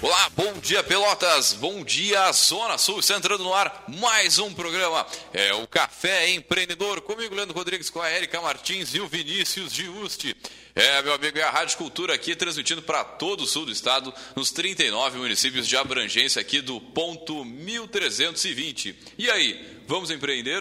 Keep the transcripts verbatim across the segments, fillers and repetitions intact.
Olá, bom dia Pelotas, bom dia Zona Sul, está entrando no ar mais um programa, é o Café Empreendedor, comigo Leandro Rodrigues, com a Érica Martins e o Vinícius Giusti. É, meu amigo, é a Rádio Cultura aqui, transmitindo para todo o sul do estado, nos trinta e nove municípios de abrangência aqui do ponto mil trezentos e vinte. E aí, vamos empreender?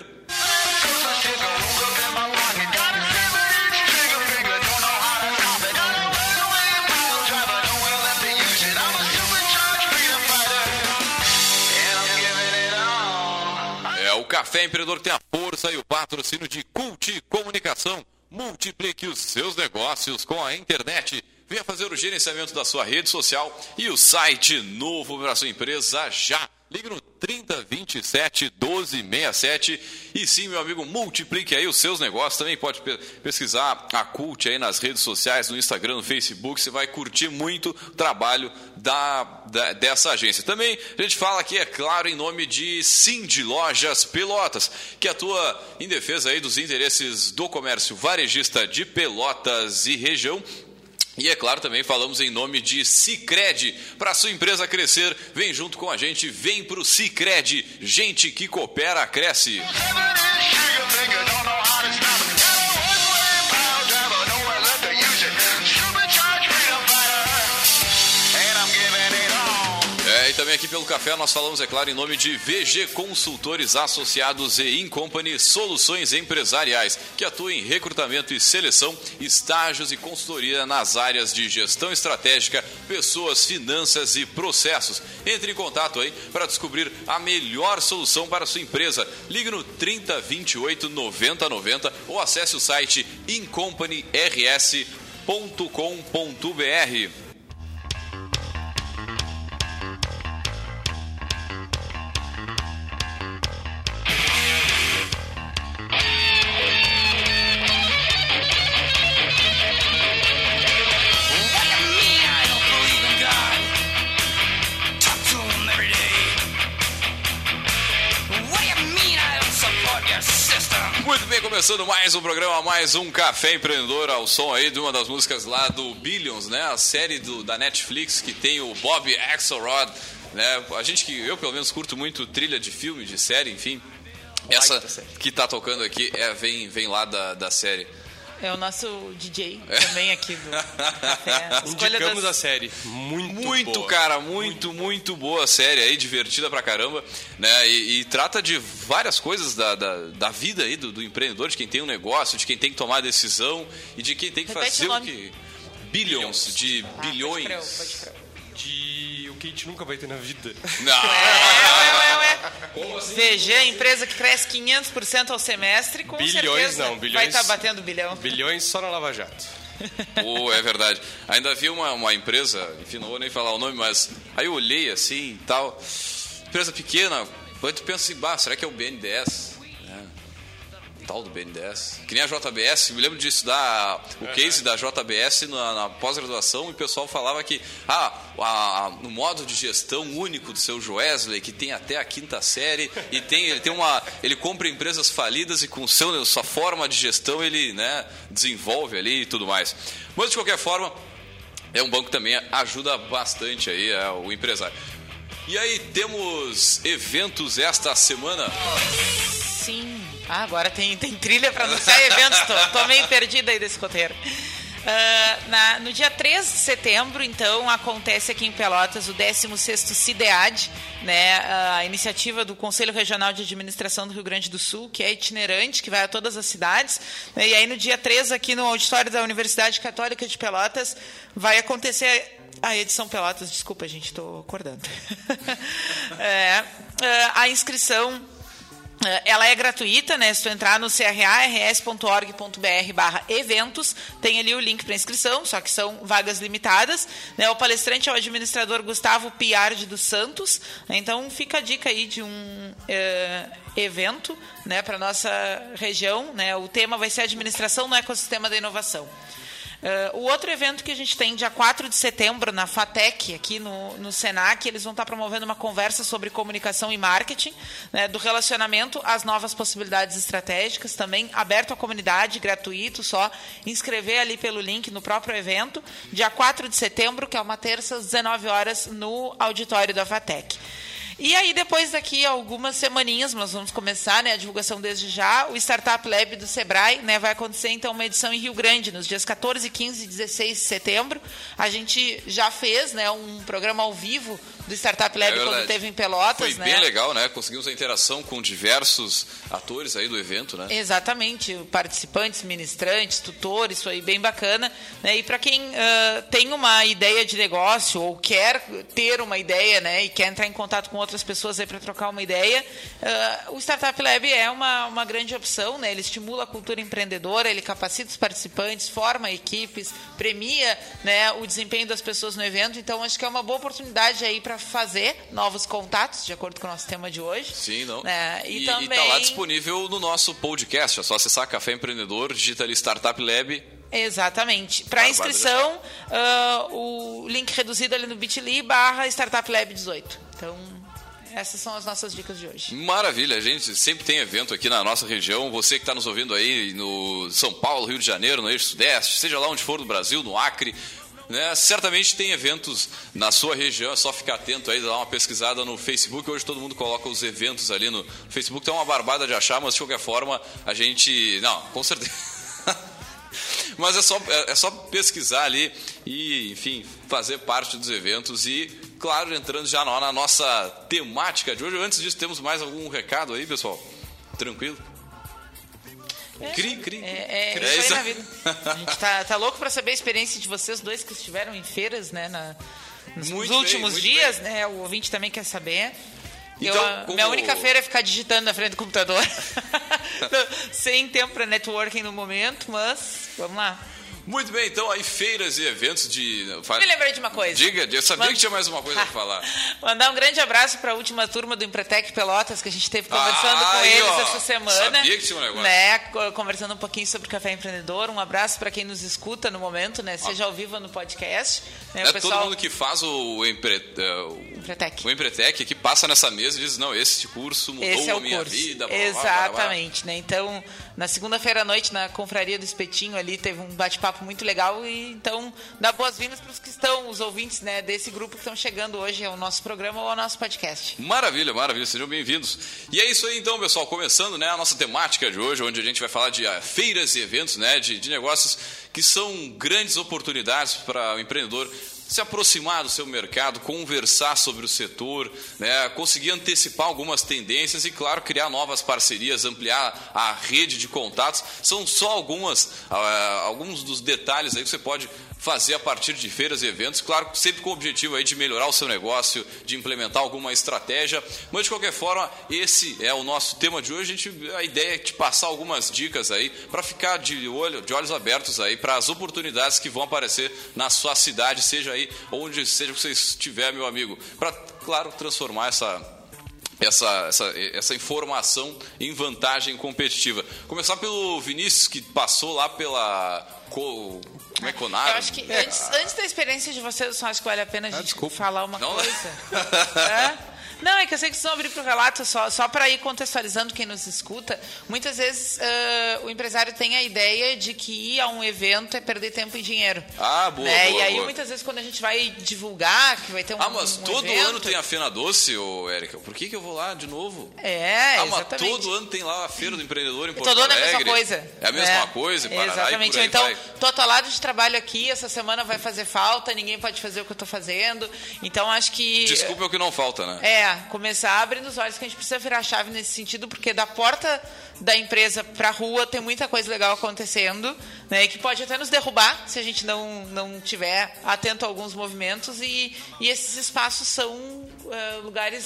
É o Café Empreendedor que tem a força e o patrocínio de Cult Comunicação. Multiplique os seus negócios com a internet. Venha fazer o gerenciamento da sua rede social e o site novo para a sua empresa já. Ligue no trinta, vinte e sete, doze, sessenta e sete. E sim, meu amigo, multiplique aí os seus negócios. Também pode pesquisar a Cult aí nas redes sociais, no Instagram, no Facebook. Você vai curtir muito o trabalho da, da, dessa agência. Também a gente fala aqui, é claro, em nome de Cindy Lojas Pelotas, que atua em defesa aí dos interesses do comércio varejista de Pelotas e região. E é claro, também falamos em nome de Sicredi. Para a sua empresa crescer, vem junto com a gente, vem para o Sicredi. Gente que coopera, cresce. É, e também aqui pelo café nós falamos, é claro, em nome de V G Consultores Associados e Incompany Soluções Empresariais, que atuam em recrutamento e seleção, estágios e consultoria nas áreas de gestão estratégica, pessoas, finanças e processos. Entre em contato aí para descobrir a melhor solução para a sua empresa. Ligue no trinta, vinte e oito, noventa, noventa ou acesse o site incompany r s ponto com ponto b r. Muito bem, começando mais um programa, mais um Café Empreendedor, ao som aí de uma das músicas lá do Billions, né? A série do, da Netflix que tem o Bob Axelrod, né? A gente que, eu pelo menos curto muito trilha de filme, de série, enfim. Essa que tá tocando aqui é, vem, vem lá da, da série. É o nosso D J também aqui do Café. Indicamos das... a série. Muito, muito boa. cara, muito, muito, muito boa a série aí, divertida pra caramba, né? E, e trata de várias coisas da, da, da vida aí do, do empreendedor, de quem tem um negócio, de quem tem que tomar decisão e de quem tem que Repete fazer o o que... Billions, de ah, bilhões. Pode crer, pode crer. De o que a gente nunca vai ter na vida. Não. É, ué, ué, ué. V G, empresa que cresce quinhentos por cento ao semestre, com Bilhões, certeza não, bilhões, vai estar tá batendo bilhão. Bilhões só na Lava Jato. Oh, é verdade. Ainda havia uma, uma empresa, enfim, não vou nem falar o nome, mas aí eu olhei assim e tal, empresa pequena, aí tu pensa assim, bah, será que é o B N D E S? Tal do B N D E S, que nem a J B S. Me lembro de estudar o case da J B S na, na pós-graduação, e o pessoal falava que ah, a, a, no modo de gestão único do seu Joesley, que tem até a quinta série, e tem, ele tem uma, ele compra empresas falidas e com seu, sua forma de gestão ele, né, desenvolve ali e tudo mais. Mas de qualquer forma, é um banco que também ajuda bastante aí é, o empresário. E aí, temos eventos esta semana? Sim. Ah, agora tem, tem trilha para anunciar eventos. Tô, tô meio perdida aí desse roteiro. Uh, na, no dia três de setembro, então, acontece aqui em Pelotas o décimo sexto CIDEAD, né, a iniciativa do Conselho Regional de Administração do Rio Grande do Sul, que é itinerante, que vai a todas as cidades. Né, e aí, no dia três, aqui no auditório da Universidade Católica de Pelotas, vai acontecer... A edição Pelotas, desculpa, gente, estou acordando. é, a inscrição... Ela é gratuita, né? Se tu entrar no c r a r s ponto org ponto b r barra eventos, tem ali o link para inscrição, só que são vagas limitadas. Né? O palestrante é o administrador Gustavo Piardi dos Santos. Né? Então fica a dica aí de um é, evento, né, para nossa região. Né? O tema vai ser administração no ecossistema da inovação. Uh, o outro evento que a gente tem dia quatro de setembro na FATEC, aqui no, no Senac, eles vão estar promovendo uma conversa sobre comunicação e marketing, né, do relacionamento às novas possibilidades estratégicas, também aberto à comunidade, gratuito, só inscrever ali pelo link no próprio evento, dia quatro de setembro, que é uma terça, às dezenove horas, no auditório da FATEC. E aí, depois daqui algumas semaninhas, nós vamos começar, né, a divulgação desde já, o Startup Lab do Sebrae, né, vai acontecer, então, uma edição em Rio Grande, nos dias quatorze, quinze e dezesseis de setembro. A gente já fez, né, um programa ao vivo do Startup Lab é quando teve em Pelotas. Foi né? bem legal, né? Conseguimos a interação com diversos atores aí do evento, né? Exatamente, participantes, ministrantes, tutores, foi bem bacana. Né? E para quem uh, tem uma ideia de negócio ou quer ter uma ideia, né, e quer entrar em contato com outras pessoas aí para trocar uma ideia, uh, o Startup Lab é uma, uma grande opção, né? Ele estimula a cultura empreendedora, ele capacita os participantes, forma equipes, premia, né, o desempenho das pessoas no evento. Então, acho que é uma boa oportunidade aí para fazer novos contatos, de acordo com o nosso tema de hoje. Sim, não. Né? E, e também... está lá disponível no nosso podcast. É só acessar Café Empreendedor, digita ali Startup Lab. Exatamente. Para inscrição, uh, o link reduzido ali no bit ponto l y barra Startup Lab dezoito. Então, essas são as nossas dicas de hoje. Maravilha, a gente sempre tem evento aqui na nossa região. Você que está nos ouvindo aí no São Paulo, Rio de Janeiro, no Eixo Sudeste, seja lá onde for do Brasil, no Acre, né? Certamente tem eventos na sua região, é só ficar atento aí, dar uma pesquisada no Facebook. Hoje todo mundo coloca os eventos ali no Facebook, tem uma barbada de achar, mas de qualquer forma a gente... Não, com certeza... Mas é só, é, é só pesquisar ali e, enfim, fazer parte dos eventos e, claro, entrando já na, na nossa temática de hoje. Antes disso, temos mais algum recado aí, pessoal? Tranquilo? É, cri, cri. É, é, cri. é isso aí na vida. A gente tá, tá louco para saber a experiência de vocês dois que estiveram em feiras, né, na, nos muito últimos bem, dias, bem. né? O ouvinte também quer saber. Então, Eu, como... Minha única feira é ficar digitando na frente do computador. Sem tempo para networking no momento, mas vamos lá. Muito bem, então aí feiras e eventos de... Me lembrei de uma coisa. Diga, eu sabia Mand... que tinha mais uma coisa para falar. Mandar um grande abraço para a última turma do Empretec Pelotas, que a gente esteve conversando ah, com aí, eles ó, essa semana. Sabia que tinha um negócio. Né, conversando um pouquinho sobre Café Empreendedor. Um abraço para quem nos escuta no momento, né, seja ao vivo ou no podcast. Né, é o pessoal... todo mundo que faz o, empre... o... Empretec. O Empretec, que passa nessa mesa e diz, não, esse curso mudou esse é o a minha curso. vida. Blá, Exatamente, blá, blá. né? Então, na segunda-feira à noite, na confraria do Espetinho ali, teve um bate-papo muito legal e, então, dá boas-vindas para os que estão, os ouvintes, né, desse grupo que estão chegando hoje ao nosso programa ou ao nosso podcast. Maravilha, maravilha, sejam bem-vindos. E é isso aí, então, pessoal, começando, né, a nossa temática de hoje, onde a gente vai falar de uh, feiras e eventos, né, de, de negócios que são grandes oportunidades para o empreendedor se aproximar do seu mercado, conversar sobre o setor, né, conseguir antecipar algumas tendências e, claro, criar novas parcerias, ampliar a rede de contatos. São só algumas, uh, alguns dos detalhes aí que você pode fazer a partir de feiras e eventos, claro, sempre com o objetivo aí de melhorar o seu negócio, de implementar alguma estratégia, mas de qualquer forma, esse é o nosso tema de hoje. A, gente, a ideia é te passar algumas dicas aí para ficar de olho, de olhos abertos aí para as oportunidades que vão aparecer na sua cidade, seja aí onde seja que você estiver, meu amigo, para, claro, transformar essa Essa, essa, essa informação em vantagem competitiva. Começar pelo Vinícius, que passou lá pela Co, como é Conar? Eu acho que é. antes, antes da experiência de vocês, eu só acho que vale a pena a gente ah, falar uma Não, coisa. É? Não, é que eu sei que vocês vão abrir para o relato, só, só para ir contextualizando quem nos escuta. Muitas vezes uh, o empresário tem a ideia de que ir a um evento é perder tempo e dinheiro. Ah, boa, né? boa, E aí, boa. muitas vezes, quando a gente vai divulgar que vai ter um Ah, mas um todo evento... ano tem a Fena Doce, ô Érica. Por que, que eu vou lá de novo? É, ah, mas exatamente. todo ano tem lá a Feira do Empreendedor em Porto Todo ano é a Alegre. mesma coisa. É a mesma é. coisa, Paraná, exatamente. e por aí Então, vai. tô atolado de trabalho aqui, essa semana vai fazer falta, ninguém pode fazer o que eu tô fazendo. Então, acho que... Desculpa é o que não falta, né? É, começar abrindo os olhos que a gente precisa virar a chave nesse sentido, porque da porta da empresa para a rua tem muita coisa legal acontecendo, né, que pode até nos derrubar se a gente não, não tiver atento a alguns movimentos, e, e esses espaços são uh, lugares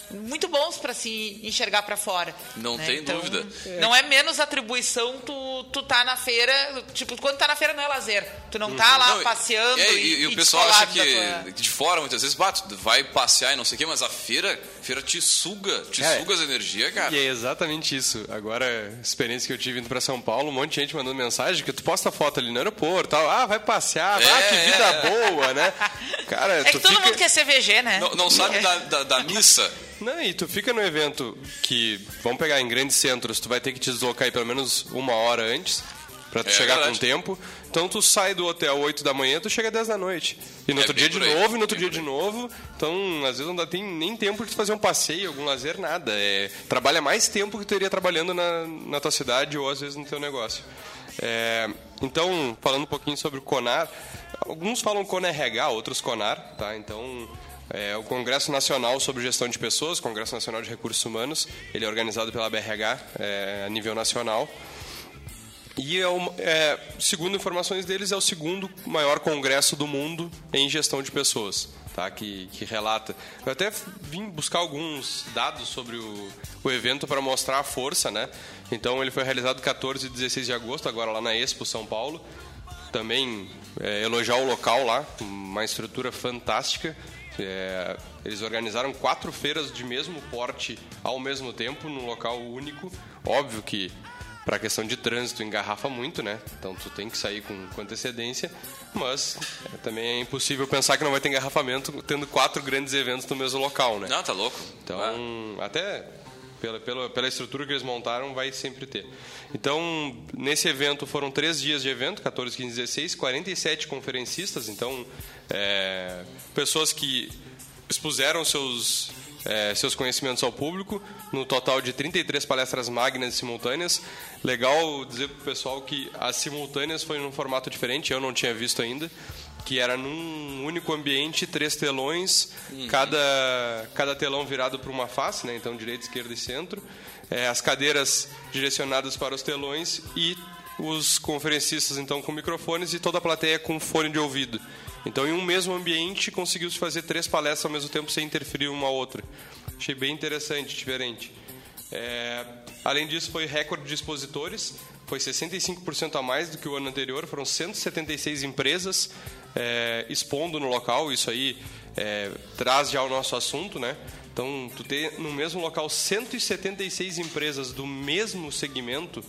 muito bons para se enxergar para fora. Não né? tem então, dúvida. Não é menos atribuição tu, tu tá na feira, tipo, quando tá na feira não é lazer. Tu não tá lá Não, passeando é, e, e, e o e pessoal acha que tua... de fora muitas vezes bate, vai passear e não sei o quê, mas a feira, a feira te suga, te É. suga as energias, cara. E é exatamente isso. Agora, a experiência que eu tive indo pra São Paulo, um monte de gente mandando mensagem que tu posta foto ali no aeroporto, tal, ah, vai passear, É, ah, que vida é. boa, né? Cara, É que tu todo fica... mundo quer ser V G, né? Não, não sabe da, da, da missa. Não, e tu fica no evento que, vamos pegar em grandes centros, tu vai ter que te deslocar aí pelo menos uma hora antes pra tu É chegar verdade. com tempo. Então tu sai do hotel oito da manhã, tu chega dez da noite. E no É outro bem dia de por aí, novo, e no outro bem dia por de novo. Então, às vezes não dá tem nem tempo de tu fazer um passeio, algum lazer, nada. É, trabalha mais tempo que tu iria trabalhando na, na tua cidade ou às vezes no teu negócio. É, então, falando um pouquinho sobre o CONAR, alguns falam CONRH, outros CONAR, tá? Então, é o Congresso Nacional sobre Gestão de Pessoas, Congresso Nacional de Recursos Humanos, ele é organizado pela B R H é, a nível nacional. E, é o, é, segundo informações deles, é o segundo maior congresso do mundo em gestão de pessoas, tá? que, que relata. Eu até vim buscar alguns dados sobre o, o evento para mostrar a força, né? Então, ele foi realizado quatorze e dezesseis de agosto, agora lá na Expo São Paulo. Também é, elogiar o local lá, uma estrutura fantástica. É, eles organizaram quatro feiras de mesmo porte ao mesmo tempo, num local único. Óbvio que para a questão de trânsito engarrafa muito, né? Então tu tem que sair com, com antecedência, mas é, também é impossível pensar que não vai ter engarrafamento tendo quatro grandes eventos no mesmo local, né? Não, tá louco. Então, Ah. até pela, pela, pela estrutura que eles montaram, vai sempre ter. Então, nesse evento foram três dias de evento, quatorze, quinze, dezesseis, quarenta e sete conferencistas, então, é, pessoas que expuseram seus, é, seus conhecimentos ao público, no total de trinta e três palestras magnas e simultâneas. Legal dizer para o pessoal que as simultâneas foi num formato diferente, eu não tinha visto ainda, que era num único ambiente, três telões, uhum. cada, cada telão virado para uma face, né? Então direita, esquerda e centro, é, as cadeiras direcionadas para os telões e os conferencistas então com microfones e toda a plateia com fone de ouvido. Então em um mesmo ambiente conseguiu-se fazer três palestras ao mesmo tempo sem interferir uma a outra. Achei bem interessante, diferente. É, além disso, foi recorde de expositores, foi sessenta e cinco por cento a mais do que o ano anterior, foram cento e setenta e seis empresas é, expondo no local, isso aí é, traz já o nosso assunto, né? Então, tu ter no mesmo local cento e setenta e seis empresas do mesmo segmento,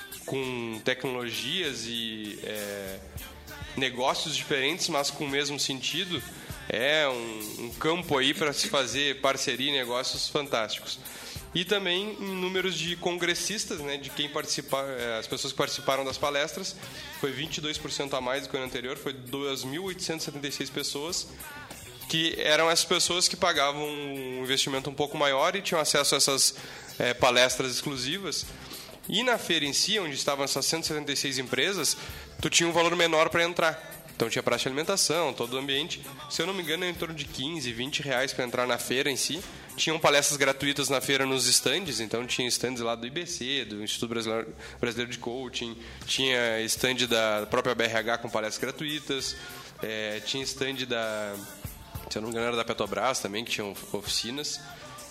com tecnologias e é, negócios diferentes, mas com o mesmo sentido, é um, um campo aí para se fazer parceria e negócios fantásticos. E também em números de congressistas, né, de quem participa, as pessoas que participaram das palestras, foi vinte e dois por cento a mais do que o ano anterior, foi duas mil oitocentas e setenta e seis pessoas, que eram essas pessoas que pagavam um investimento um pouco maior e tinham acesso a essas é, palestras exclusivas. E na feira em si, onde estavam essas cento e setenta e seis empresas, tu tinha um valor menor para entrar. Então tinha praça de alimentação, todo o ambiente. Se eu não me engano, é em torno de quinze, vinte reais para entrar na feira em si. Tinham palestras gratuitas na feira nos estandes, então tinha estandes lá do I B C, do Instituto Brasileiro, Brasileiro de Coaching, tinha estande da própria B R H com palestras gratuitas, é, tinha estande da, se eu não me engano, era da Petrobras também, que tinham oficinas.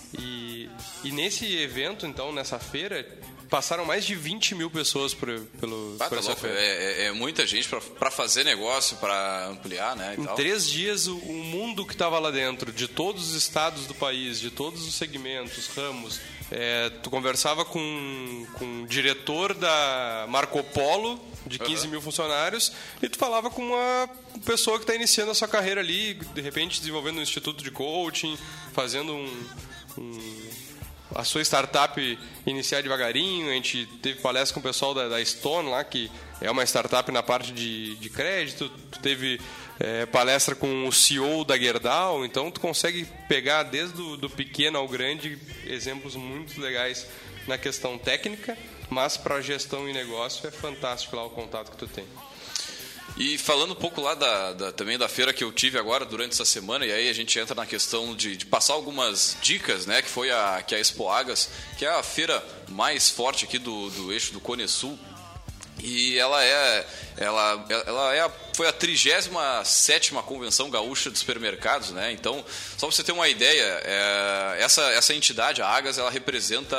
E, e nesse evento, então, nessa feira, passaram mais de vinte mil pessoas por, pelo, ah, por tá essa louco. feira. É, é, é muita gente para fazer negócio, para ampliar, né? E em tal. três dias, o, o mundo que estava lá dentro, de todos os estados do país, de todos os segmentos, ramos, é, tu conversava com, com o diretor da Marco Polo, de quinze mil funcionários, e tu falava com uma pessoa que está iniciando a sua carreira ali, de repente desenvolvendo um instituto de coaching, fazendo um... um a sua startup iniciar devagarinho. A gente teve palestra com o pessoal da, da Stone lá, que é uma startup na parte de, de crédito. Tu teve é, palestra com o C E O da Gerdau. Então tu consegue pegar desde do, do pequeno ao grande exemplos muito legais na questão técnica, mas para gestão e negócio é fantástico lá o contato que tu tem. E falando um pouco lá da, da, também da feira que eu tive agora durante essa semana, e aí a gente entra na questão de, de passar algumas dicas, né, que foi a, que a Expo Agas, que é a feira mais forte aqui do, do eixo do Cone Sul. E ela é, ela, ela é a, foi a trigésima sétima Convenção Gaúcha de Supermercados, né? Então, só para você ter uma ideia, é, essa, essa entidade, a Agas, ela representa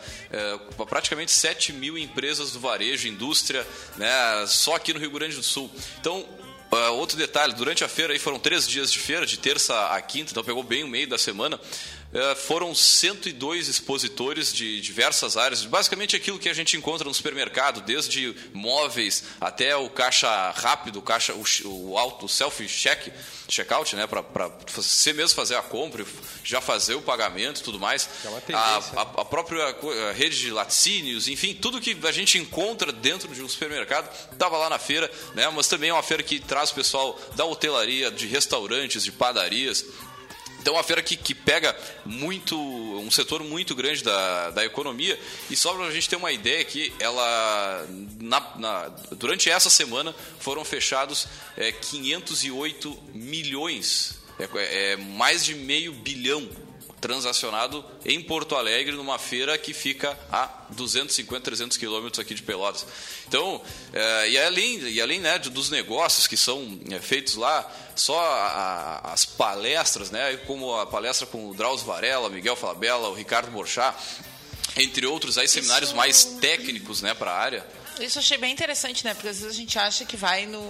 é, praticamente sete mil empresas do varejo, indústria, né? Só aqui no Rio Grande do Sul. Então, Uh, outro detalhe, durante a feira aí foram três dias de feira, de terça a quinta, então pegou bem o meio da semana. Uh, foram cento e dois expositores de diversas áreas, basicamente aquilo que a gente encontra no supermercado, desde móveis até o caixa rápido, o, caixa, o, o auto, o self-check, checkout, né, para você mesmo fazer a compra, já fazer o pagamento e tudo mais. É uma a, a, a própria rede de laticínios, enfim, tudo que a gente encontra dentro de um supermercado estava lá na feira, né, mas também é uma feira que traz o pessoal da hotelaria, de restaurantes, de padarias. Então, é uma feira que, que pega muito, um setor muito grande da, da economia. E só para a gente ter uma ideia que ela, na, na, durante essa semana foram fechados é, quinhentos e oito milhões, é, é, mais de meio bilhão transacionado em Porto Alegre, numa feira que fica a duzentos e cinquenta, trezentos quilômetros aqui de Pelotas. Então, é, e além, e além né, dos negócios que são é, feitos lá, só a, a, as palestras, né, como a palestra com o Drauzio Varela, Miguel Falabella, o Ricardo Borchá, entre outros aí, seminários Isso... mais técnicos, né, para a área. Isso eu achei bem interessante, né? Porque às vezes a gente acha que vai no,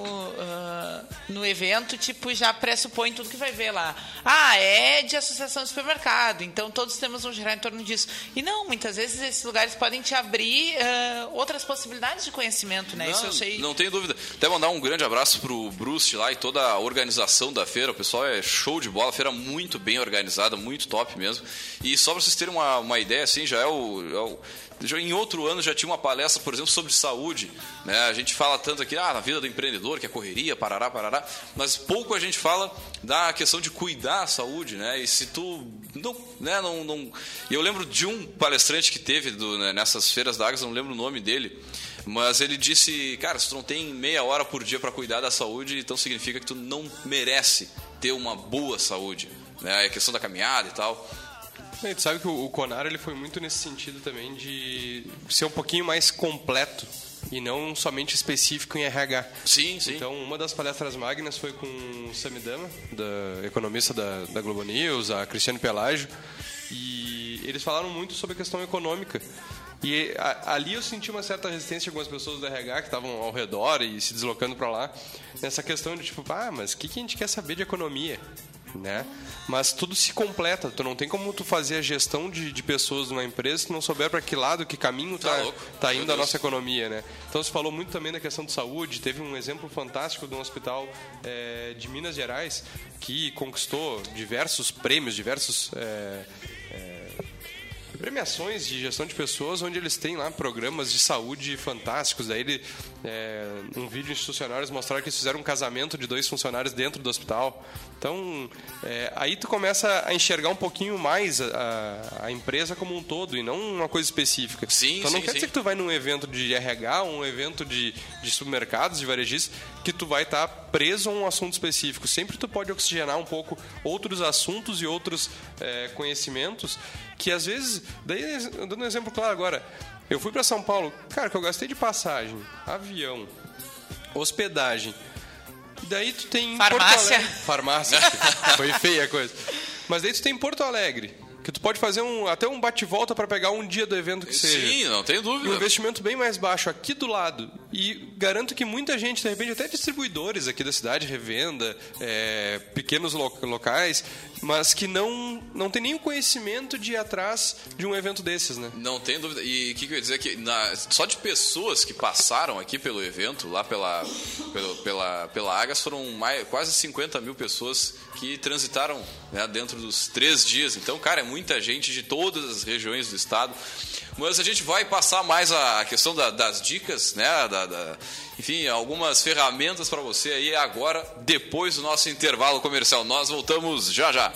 uh, no evento, tipo, já pressupõe tudo que vai ver lá. Ah, é de associação de supermercado, então todos os temas vão girar em torno disso. E não, muitas vezes esses lugares podem te abrir uh, outras possibilidades de conhecimento, né? Não, Isso eu achei... não tenho dúvida. Até mandar um grande abraço pro Bruce lá e toda a organização da feira. O pessoal é show de bola, a feira muito bem organizada, muito top mesmo. E só para vocês terem uma, uma ideia, assim, já é o... É o em outro ano já tinha uma palestra, por exemplo, sobre saúde, né? A gente fala tanto aqui ah, na vida do empreendedor, que é correria, parará, parará, mas pouco a gente fala da questão de cuidar da saúde, né? E se tu não, né, não, não... Eu lembro de um palestrante que teve do, né, nessas feiras da Agas, não lembro o nome dele, mas ele disse, cara, se tu não tem meia hora por dia para cuidar da saúde, então significa que tu não merece ter uma boa saúde, né? A questão da caminhada e tal. Tu sabe que o Conar ele foi muito nesse sentido também de ser um pouquinho mais completo e não somente específico em R H. Sim, sim. Então, uma das palestras magnas foi com o Samidama, da economista da, da Globo News, a Cristiane Pelágio, e eles falaram muito sobre a questão econômica. E a, ali eu senti uma certa resistência de algumas pessoas do R H que estavam ao redor e se deslocando para lá, nessa questão de tipo, ah, mas o que, que a gente quer saber de economia? Né? Mas tudo se completa. Tu não tem como tu fazer a gestão de, de pessoas numa empresa se tu não souber para que lado, que caminho tá, tá, tá indo a nossa economia, né? Então se falou muito também da questão de saúde. Teve um exemplo fantástico de um hospital é, de Minas Gerais que conquistou diversos prêmios, diversos é, é, premiações de gestão de pessoas, onde eles têm lá programas de saúde fantásticos. Daí ele, é, um vídeo institucional, eles mostraram que eles fizeram um casamento de dois funcionários dentro do hospital. Então, é, aí tu começa a enxergar um pouquinho mais a, a empresa como um todo e não uma coisa específica. Sim, então não sim, quer sim. dizer que tu vai num evento de R H, um evento de, de supermercados, de varejistas, que tu vai estar preso a um assunto específico. Sempre tu pode oxigenar um pouco outros assuntos e outros é, conhecimentos que às vezes, daí dando um exemplo claro agora, eu fui para São Paulo, cara, que eu gastei de passagem, avião, hospedagem. E daí tu tem em Farmácia. Porto Alegre. Farmácia. Foi feia a coisa. Mas daí tu tem em Porto Alegre, que tu pode fazer um, até um bate-volta para pegar um dia do evento que seja. Sim, não tem dúvida. Um investimento bem mais baixo aqui do lado. E garanto que muita gente, de repente, até distribuidores aqui da cidade, revenda, é, pequenos lo- locais, mas que não, não tem nenhum conhecimento de ir atrás de um evento desses, né? Não tem dúvida. E o que, que eu ia dizer? Que na, só de pessoas que passaram aqui pelo evento, lá pela, pelo, pela, pela Agas, foram mais, quase cinquenta mil pessoas que transitaram, né, dentro dos três dias. Então, cara, é muita gente de todas as regiões do estado. Mas a gente vai passar mais a questão da, das dicas, né? Da, da, enfim, algumas ferramentas para você aí agora, depois do nosso intervalo comercial. Nós voltamos já já.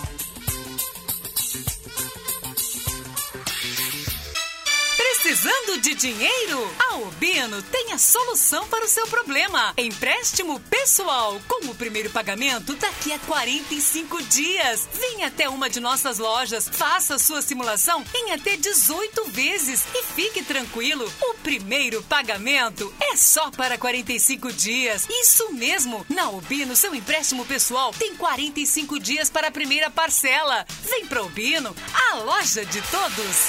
Precisando Precisando de dinheiro? A Urbino tem a solução para o seu problema. Empréstimo pessoal com o primeiro pagamento daqui a quarenta e cinco dias. Venha até uma de nossas lojas, faça sua simulação em até dezoito vezes e fique tranquilo, o primeiro pagamento é só para quarenta e cinco dias. Isso mesmo, na Urbino seu empréstimo pessoal tem quarenta e cinco dias para a primeira parcela. Vem pra Urbino, a loja de todos.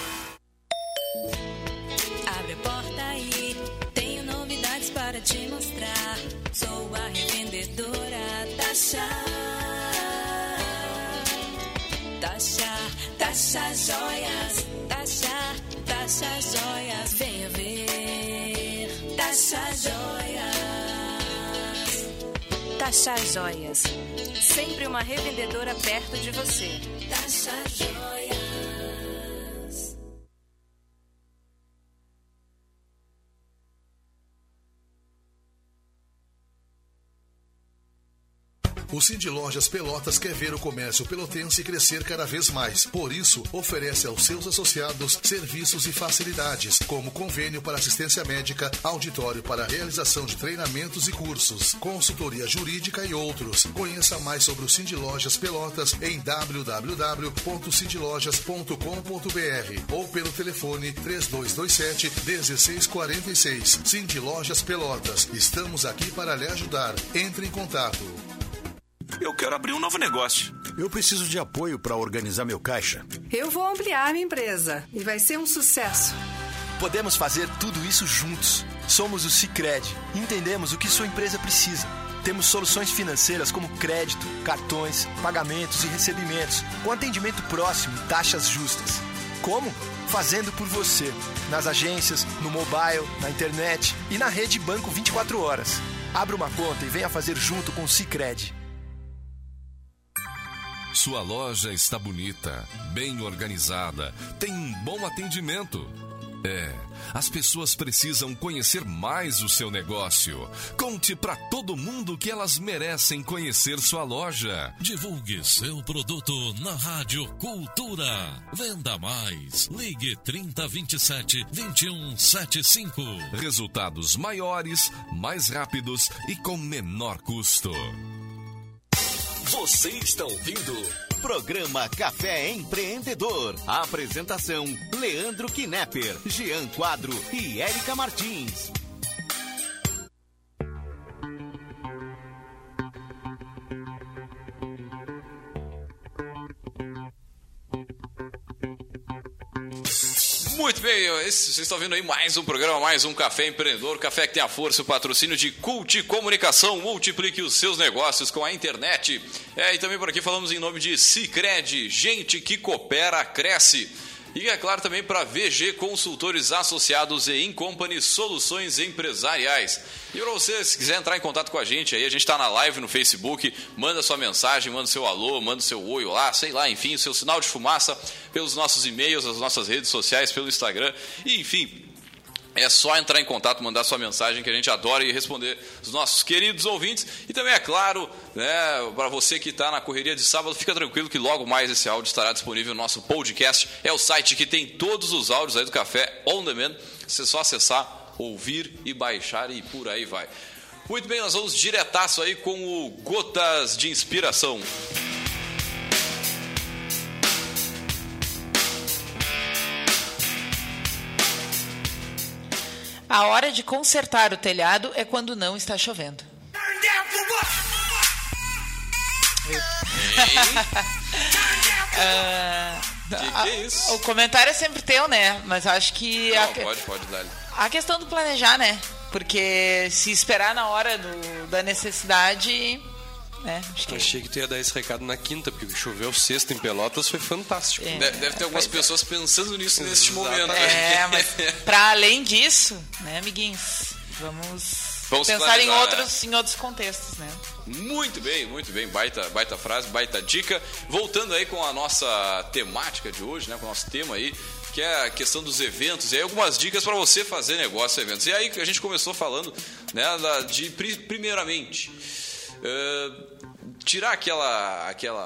Abre a porta aí, tenho novidades para te mostrar. Sou a revendedora Tasha. Tasha, Tasha Joias. Tasha, Tasha Joias. Venha ver. Tasha Joias. Tasha Joias. Sempre uma revendedora perto de você. Tasha Joias. O Cindy Lojas Pelotas quer ver o comércio pelotense crescer cada vez mais. Por isso, oferece aos seus associados serviços e facilidades, como convênio para assistência médica, auditório para realização de treinamentos e cursos, consultoria jurídica e outros. Conheça mais sobre o Cindy Lojas Pelotas em w w w ponto cindy lojas ponto com ponto b r ou pelo telefone três dois dois sete, um seis quatro seis. Cindy Lojas Pelotas. Estamos aqui para lhe ajudar. Entre em contato. Eu quero abrir um novo negócio. Eu preciso de apoio para organizar meu caixa. Eu vou ampliar minha empresa e vai ser um sucesso. Podemos fazer tudo isso juntos. Somos o Sicredi e entendemos o que sua empresa precisa. Temos soluções financeiras como crédito, cartões, pagamentos e recebimentos, com atendimento próximo e taxas justas. Como? Fazendo por você. Nas agências, no mobile, na internet e na rede Banco vinte e quatro horas. Abra uma conta e venha fazer junto com o Sicredi. Sua loja está bonita, bem organizada, tem um bom atendimento. É, as pessoas precisam conhecer mais o seu negócio. Conte para todo mundo que elas merecem conhecer sua loja. Divulgue seu produto na Rádio Cultura. Venda mais. Ligue trinta, vinte e sete, vinte e um, setenta e cinco. Resultados maiores, mais rápidos e com menor custo. Você está ouvindo Programa Café Empreendedor. A apresentação: Leandro Knepper, Jean Quadro e Érica Martins. Muito bem, esse, vocês estão vendo aí mais um programa, mais um Café Empreendedor, café que tem a força e o patrocínio de Cult Comunicação. Multiplique os seus negócios com a internet. É, e também por aqui falamos em nome de Sicredi, gente que coopera, cresce. E é claro também para V G Consultores Associados e Incompany Soluções Empresariais. E para você, se quiser entrar em contato com a gente, aí a gente está na live no Facebook, manda sua mensagem, manda seu alô, manda seu oi lá, sei lá, enfim, o seu sinal de fumaça pelos nossos e-mails, as nossas redes sociais, pelo Instagram, e enfim... É só entrar em contato, mandar sua mensagem, que a gente adora e responder os nossos queridos ouvintes. E também, é claro, né, para você que está na correria de sábado, fica tranquilo que logo mais esse áudio estará disponível no nosso podcast. É o site que tem todos os áudios aí do Café On Demand. Você só acessar, ouvir e baixar e por aí vai. Muito bem, nós vamos diretaço aí com o Gotas de Inspiração. A hora de consertar o telhado é quando não está chovendo. uh, que, que é isso? O comentário é sempre teu, né? Mas acho que... Não, a, pode, pode dar. A questão do planejar, né? Porque se esperar na hora do, da necessidade... É, acho que... Achei que tu ia dar esse recado na quinta, porque choveu sexta em Pelotas, foi fantástico. É, deve, deve ter algumas pessoas pensando nisso neste momento. É, mas para além disso, né, amiguinhos, vamos, vamos pensar em outros, né? em outros contextos, né? Muito bem, muito bem, baita, baita frase, baita dica. Voltando aí com a nossa temática de hoje, né, com o nosso tema aí, que é a questão dos eventos, e aí algumas dicas para você fazer negócio em eventos. E aí a gente começou falando, né, de primeiramente... Uh, tirar aquela, aquela,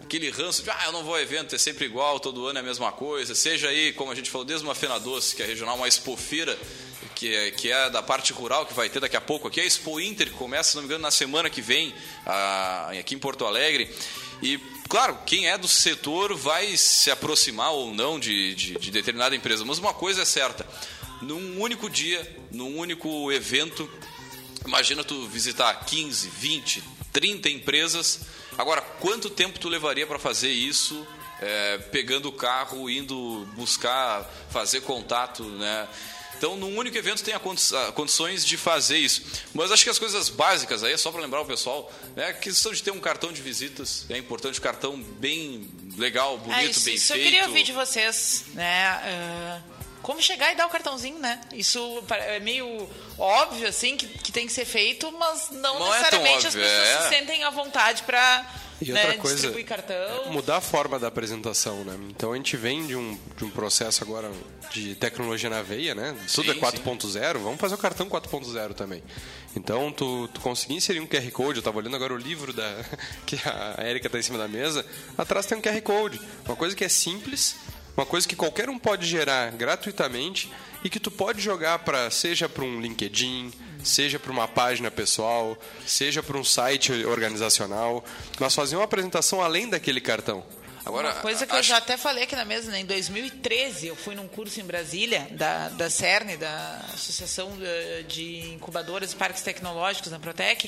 aquele ranço de, ah, eu não vou ao evento, é sempre igual, todo ano é a mesma coisa. Seja aí, como a gente falou, desde uma Fena Doce, que é regional, uma Expofeira, que é, que é da parte rural, que vai ter daqui a pouco. Aqui é a Expo Inter, que começa, se não me engano, na semana que vem, a, aqui em Porto Alegre. E, claro, quem é do setor vai se aproximar ou não de, de, de determinada empresa. Mas uma coisa é certa, num único dia, num único evento, imagina tu visitar quinze, vinte, trinta empresas. Agora, quanto tempo tu levaria para fazer isso, é, pegando o carro, indo buscar, fazer contato, né? Então, num único evento tem a condições de fazer isso. Mas acho que as coisas básicas aí, só para lembrar o pessoal, né, a questão de ter um cartão de visitas, é importante, um cartão bem legal, bonito, é, isso, bem isso feito. Eu queria ouvir de vocês, né, uh, como chegar e dar o cartãozinho, né? Isso é meio óbvio, assim, que, que tem que ser feito, mas não, não necessariamente é as pessoas é. se sentem à vontade para... E né, outra coisa, distribuir cartão. Mudar a forma da apresentação, né? Então a gente vem de um, de um processo agora de tecnologia na veia, né? Tudo sim, é quatro ponto zero, vamos fazer o cartão quatro ponto zero também. Então tu, tu conseguir inserir um Q R Code, eu estava olhando agora o livro da, que a Érica está em cima da mesa, atrás tem um Q R Code, uma coisa que é simples, uma coisa que qualquer um pode gerar gratuitamente e que tu pode jogar para, seja para um LinkedIn, seja para uma página pessoal, seja para um site organizacional, mas fazer uma apresentação além daquele cartão. Agora, uma coisa que acho... eu já até falei aqui na mesa, né? Em dois mil e treze eu fui num curso em Brasília da, da CERN, da Associação de Incubadoras e Parques Tecnológicos, na Protec,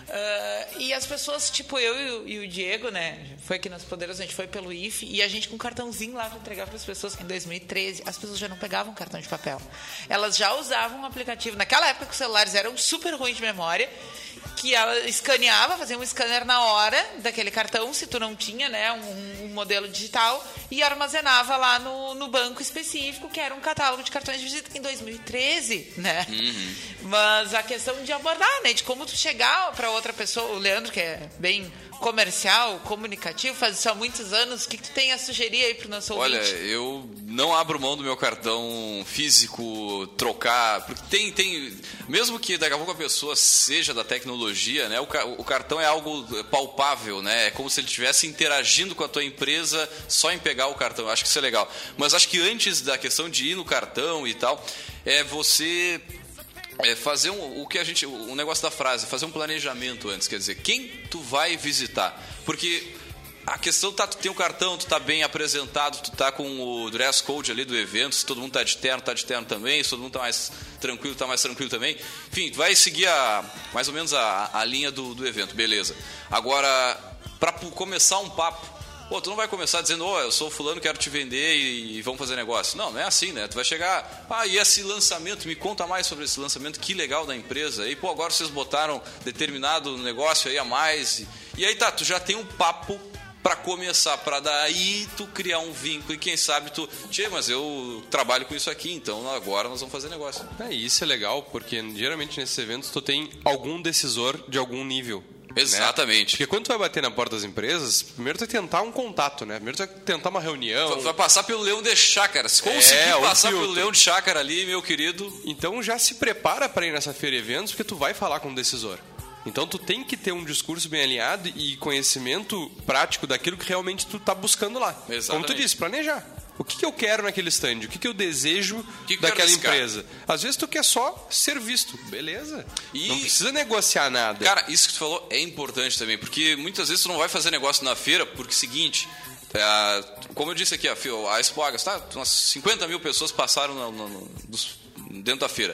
uh, e as pessoas, tipo eu e o, e o Diego, né? Foi aqui nas Poderosas, a gente foi pelo I F E e a gente com um cartãozinho lá para entregar para as pessoas. Em dois mil e treze as pessoas já não pegavam cartão de papel, elas já usavam um aplicativo. Naquela época que os celulares eram super ruins de memória, que ela escaneava, fazia um scanner na hora daquele cartão, se tu não tinha, né, um, um modelo digital, e armazenava lá no, no banco específico, que era um catálogo de cartões de visita em dois mil e treze, né? Uhum. Mas a questão de abordar, né, de como tu chegar para outra pessoa, o Leandro, que é bem comercial, comunicativo, faz isso há muitos anos, o que, que tu tem a sugerir aí para o nosso ouvinte? Olha, eu não abro mão do meu cartão físico, trocar, porque tem, tem, mesmo que daqui a pouco a pessoa seja da tecnologia, né, o, o cartão é algo palpável, né, é como se ele estivesse interagindo com a tua empresa só em pegar o cartão, eu acho que isso é legal. Mas acho que antes da questão de ir no cartão e tal, é você... É fazer um, o que a gente, o negócio da frase, fazer um planejamento antes, quer dizer, quem tu vai visitar, porque a questão tá, tu tem um cartão, tu tá bem apresentado, tu tá com o dress code ali do evento, se todo mundo tá de terno, tá de terno também, se todo mundo tá mais tranquilo, tá mais tranquilo também, enfim, tu vai seguir a, mais ou menos a, a linha do, do evento, beleza. Agora, para começar um papo, pô, tu não vai começar dizendo, ô, oh, eu sou fulano, quero te vender e, e vamos fazer negócio. Não, não é assim, né? Tu vai chegar, ah, e esse lançamento, me conta mais sobre esse lançamento, que legal da empresa. E, pô, agora vocês botaram determinado negócio aí a mais. E, e aí tá, tu já tem um papo para começar, para daí tu criar um vínculo e quem sabe tu, tchê, mas eu trabalho com isso aqui, então agora nós vamos fazer negócio. É, e isso é legal, porque geralmente nesses eventos tu tem algum decisor de algum nível. Exatamente. Né? Porque quando tu vai bater na porta das empresas, primeiro tu vai tentar um contato, né? Primeiro tu vai tentar uma reunião. Tu vai passar pelo leão de chácara. Se conseguir é, passar pelo leão de chácara ali, meu querido. Então já se prepara para ir nessa feira de eventos, porque tu vai falar com o decisor. Então tu tem que ter um discurso bem alinhado e conhecimento prático daquilo que realmente tu tá buscando lá. Exatamente. Como tu disse, planejar. O que, que eu quero naquele stand? O que, que eu desejo que que daquela empresa? Às vezes tu quer só ser visto. Beleza. E... não precisa negociar nada. Cara, isso que tu falou é importante também, porque muitas vezes tu não vai fazer negócio na feira, porque é o seguinte, é, como eu disse aqui, a, a Expo Agras, tá? Umas cinquenta mil pessoas passaram no, no, no, dentro da feira.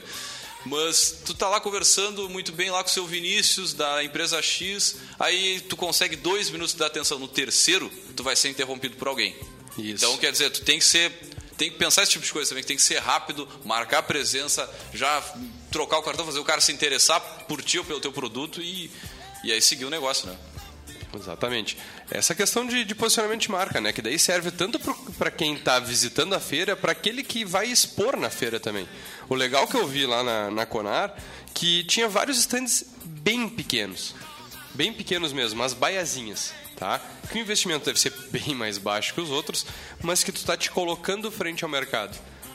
Mas tu tá lá conversando muito bem lá com o seu Vinícius, da empresa X, aí tu consegue dois minutos de dar atenção. No terceiro, tu vai ser interrompido por alguém. Isso. Então, quer dizer, tu tem que ser, tem que pensar esse tipo de coisa também, que tem que ser rápido, marcar a presença, já trocar o cartão, fazer o cara se interessar por ti ou pelo teu produto e, e aí seguir o negócio, né? Exatamente. Essa questão de, de posicionamento de marca, né? Que daí serve tanto para quem está visitando a feira, para aquele que vai expor na feira também. O legal que eu vi lá na, na Conar, que tinha vários stands bem pequenos. Bem pequenos mesmo, as baiazinhas. Tá? Que o investimento deve ser bem mais baixo que os outros, mas que tu está te colocando frente ao mercado.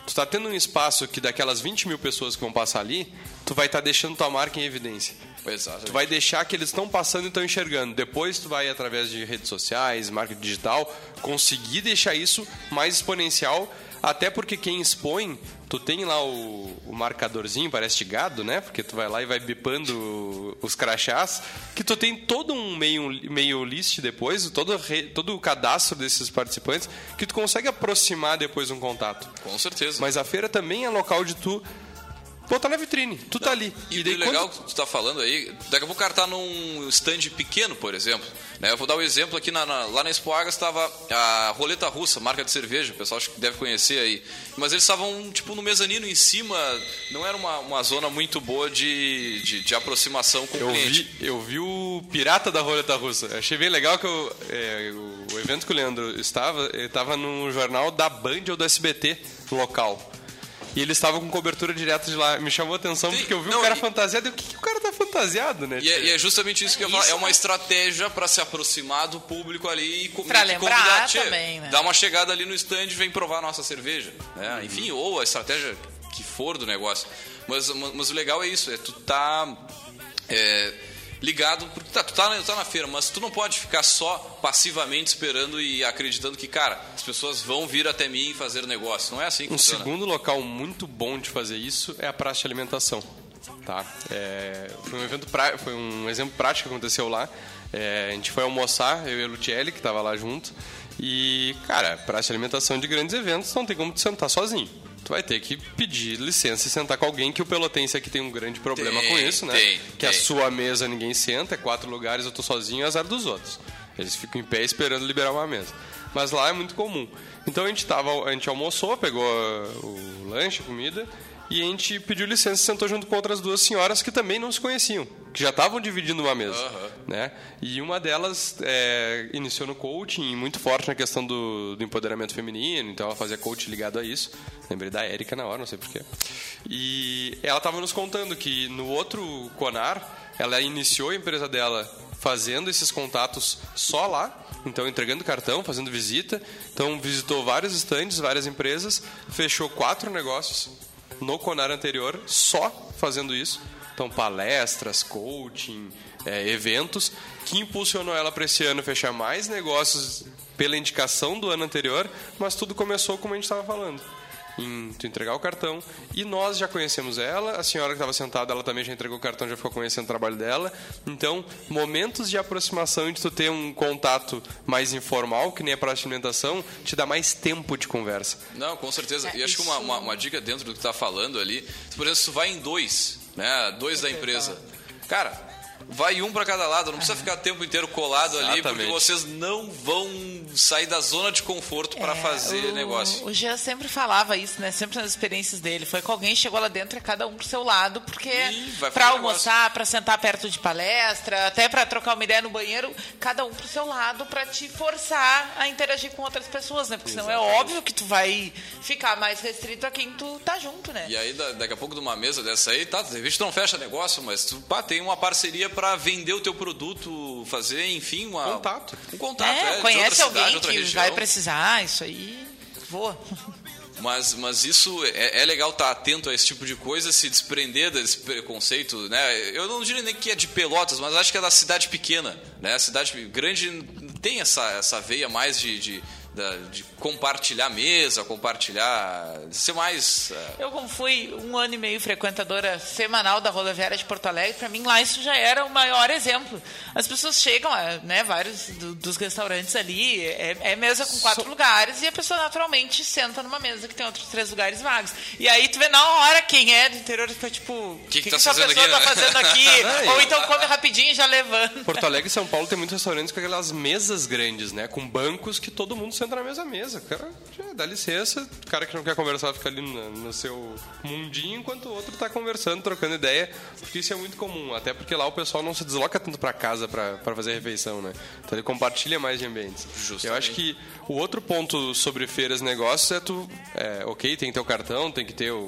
Tu tá tendo um espaço que daquelas vinte mil pessoas que vão passar ali, tu vai estar tá deixando tua marca em evidência. Exatamente. Tu vai deixar que eles estão passando e estão enxergando. Depois tu vai, através de redes sociais, marketing digital, conseguir deixar isso mais exponencial, até porque quem expõe, tu tem lá o, o marcadorzinho, parece de gado, né? Porque tu vai lá e vai bipando os crachás, que tu tem todo um meio, meio list depois, todo, re, todo o cadastro desses participantes, que tu consegue aproximar depois um contato. Com certeza. Mas a feira também é local de tu botar na vitrine, tu tá ali. E, e daí, o legal quando... que tu tá falando aí, daqui a pouco o cara tá num stand pequeno, por exemplo. Né? Eu vou dar um exemplo aqui, na, na, lá na Expo Águas estava a Roleta Russa, marca de cerveja, o pessoal acho que deve conhecer aí. Mas eles estavam tipo no mezanino em cima, não era uma, uma zona muito boa de, de, de aproximação com eu o cliente. Vi, eu vi o pirata da Roleta Russa, achei bem legal que eu, é, o evento que o Leandro estava, ele estava no jornal da Band ou do S B T local. E eles estavam com cobertura direta de lá. Me chamou a atenção. Sim, porque eu vi não, o cara e... fantasiado. E o que, que o cara tá fantasiado, né? E é, e é justamente isso é que eu ia falar. É uma estratégia para se aproximar do público ali e pra lembrar também, né? Dar uma chegada ali no stand e vem provar a nossa cerveja. Né? Uhum. Enfim, ou a estratégia que for do negócio. Mas, mas o legal é isso. É tu tá... É, ligado, porque tá, tu tá, tá na feira, mas tu não pode ficar só passivamente esperando e acreditando que, cara, as pessoas vão vir até mim e fazer negócio. Não é assim que um funciona. Um segundo local muito bom de fazer isso é a praça de alimentação. Tá? É, foi um evento pra, foi um exemplo prático que aconteceu lá. É, a gente foi almoçar, eu e a Luciele, que estava lá junto. E, cara, praça de alimentação de grandes eventos não tem como tu sentar sozinho. Tu vai ter que pedir licença e sentar com alguém, que o pelotense aqui tem um grande problema tem, com isso, né? Tem, que tem. A sua mesa ninguém senta, é quatro lugares, eu tô sozinho, é azar dos outros. Eles ficam em pé esperando liberar uma mesa. Mas lá é muito comum. Então a gente, tava, a gente almoçou, pegou o lanche, a comida, e a gente pediu licença e sentou junto com outras duas senhoras que também não se conheciam, que já estavam dividindo uma mesa. Uhum. Né? E uma delas é, iniciou no coaching, muito forte na questão do, do empoderamento feminino, então ela fazia coaching ligado a isso. Lembrei da Érica na hora, não sei porquê. E ela estava nos contando que no outro Conar, ela iniciou a empresa dela fazendo esses contatos só lá, então entregando cartão, fazendo visita. Então visitou vários estandes, várias empresas, fechou quatro negócios no Conar anterior, só fazendo isso. Então, palestras, coaching, é, eventos, que impulsionou ela para esse ano fechar mais negócios pela indicação do ano anterior, mas tudo começou como a gente estava falando. Em tu entregar o cartão, e nós já conhecemos ela, a senhora que estava sentada, ela também já entregou o cartão, já ficou conhecendo o trabalho dela. Então, momentos de aproximação, de tu ter um contato mais informal, que nem a praça de alimentação, te dá mais tempo de conversa. Não, com certeza. É, e acho isso... que uma, uma, uma dica dentro do que tu tá falando ali, por exemplo, se tu vai em dois, né, dois da empresa, cara... Vai um para cada lado, não precisa ficar o tempo inteiro colado Exatamente. ali, porque vocês não vão sair da zona de conforto para é, fazer o, negócio. O Jean sempre falava isso, né? Sempre nas experiências dele. Foi com alguém, chegou lá dentro, é cada um pro seu lado, porque para almoçar, para sentar perto de palestra, até para trocar uma ideia no banheiro, cada um pro seu lado, para te forçar a interagir com outras pessoas, né? Porque Exatamente. senão é óbvio que tu vai ficar mais restrito a quem tu tá junto, né? E aí, daqui a pouco, numa mesa dessa aí, tá, de repente tu não fecha negócio, mas tu pá, tem uma parceria para vender o teu produto, fazer, enfim, uma, contato. um contato. É, é, conhece outra cidade, alguém que região. vai precisar, isso aí, voa. Mas, mas isso é, é legal estar atento a esse tipo de coisa, se desprender desse preconceito, né? Eu não diria nem que é de Pelotas, mas acho que é da cidade pequena, né? A cidade grande tem essa, essa veia mais de... de de compartilhar mesa, compartilhar, ser mais... Eu, como fui um ano e meio frequentadora semanal da rodoviária de Porto Alegre, para mim lá isso já era o maior exemplo. As pessoas chegam, né, vários do, dos restaurantes ali, é, é mesa com quatro so... lugares, e a pessoa naturalmente senta numa mesa que tem outros três lugares vagos. E aí tu vê na hora quem é do interior e fica tipo, o que, que, que, que essa pessoa aqui, tá né? fazendo aqui? Ou então come rapidinho e já levanta. Porto Alegre e São Paulo tem muitos restaurantes com aquelas mesas grandes, né, com bancos que todo mundo senta na mesma mesa. O cara já dá licença, o cara que não quer conversar fica ali no, no seu mundinho, enquanto o outro está conversando, trocando ideia, porque isso é muito comum, até porque lá o pessoal não se desloca tanto para casa para fazer a refeição, né? Então ele compartilha mais de ambientes. Justamente. Eu acho que o outro ponto sobre feiras e negócios é tu, é, ok, tem que ter o cartão, tem que ter o,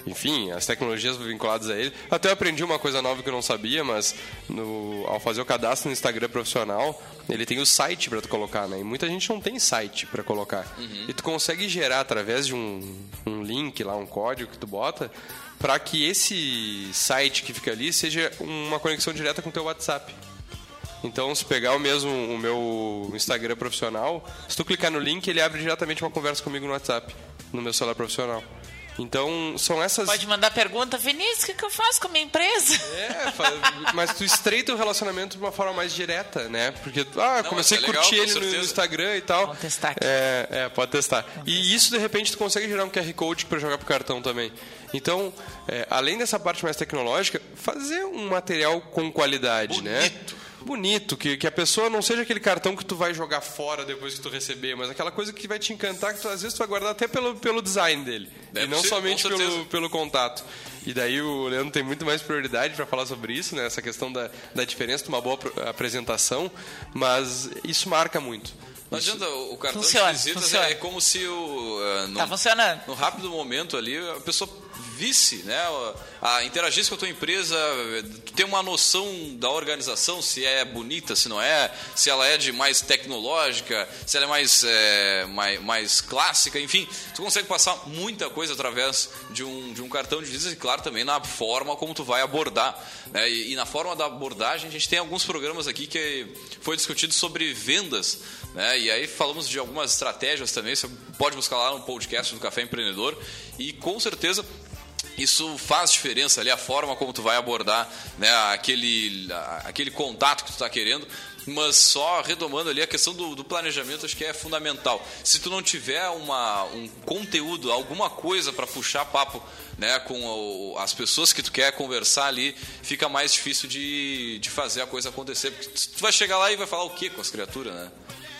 enfim, as tecnologias vinculadas a ele. Até eu aprendi uma coisa nova que eu não sabia, mas no, ao fazer o cadastro no Instagram profissional, ele tem o site para tu colocar, né? E muita gente não tem site para colocar. Uhum. E tu consegue gerar através de um, um link lá, um código que tu bota, para que esse site que fica ali seja uma conexão direta com o teu WhatsApp. Então, se pegar o mesmo o meu Instagram profissional, se tu clicar no link, ele abre diretamente uma conversa comigo no WhatsApp, no meu celular profissional. Então, são essas... Pode mandar pergunta, Vinícius, o que, que eu faço com a minha empresa? É, mas tu estreita o relacionamento de uma forma mais direta, né? Porque, ah, Não, comecei a curtir legal, ele no, no Instagram e tal. Vamos testar aqui. É, é pode testar. Vamos e testar. Isso, de repente, tu consegue gerar um Q R Code para jogar pro cartão também. Então, é, além dessa parte mais tecnológica, fazer um material com qualidade, Bonito. né? Bonito, que, que a pessoa não seja aquele cartão que tu vai jogar fora depois que tu receber, mas aquela coisa que vai te encantar, que tu, às vezes tu vai guardar até pelo, pelo design dele. Deve e não ser, somente pelo, pelo contato. E daí o Leandro tem muito mais prioridade para falar sobre isso, né? Essa questão da, da diferença de uma boa apresentação, mas isso marca muito. Não adianta, o cartão funciona, de visitas funciona. é como se o, uh, no, tá funcionando. no rápido momento ali a pessoa visse, né, a, a interagisse com a tua empresa, ter uma noção da organização, se é bonita, se não é, se ela é de mais tecnológica, se ela é mais, é, mais, mais clássica, enfim, tu consegue passar muita coisa através de um, de um cartão de visitas e, claro, também na forma como tu vai abordar, né, e, e na forma da abordagem a gente tem alguns programas aqui que foi discutido sobre vendas, né, e aí falamos de algumas estratégias também, você pode buscar lá no podcast do Café Empreendedor e com certeza isso faz diferença ali, a forma como tu vai abordar, né, aquele, aquele contato que tu está querendo, mas só retomando ali a questão do, do planejamento, acho que é fundamental. Se tu não tiver uma, um conteúdo, alguma coisa para puxar papo, né, com o, as pessoas que tu quer conversar ali, fica mais difícil de, de fazer a coisa acontecer, porque tu vai chegar lá e vai falar o quê com as criaturas, né?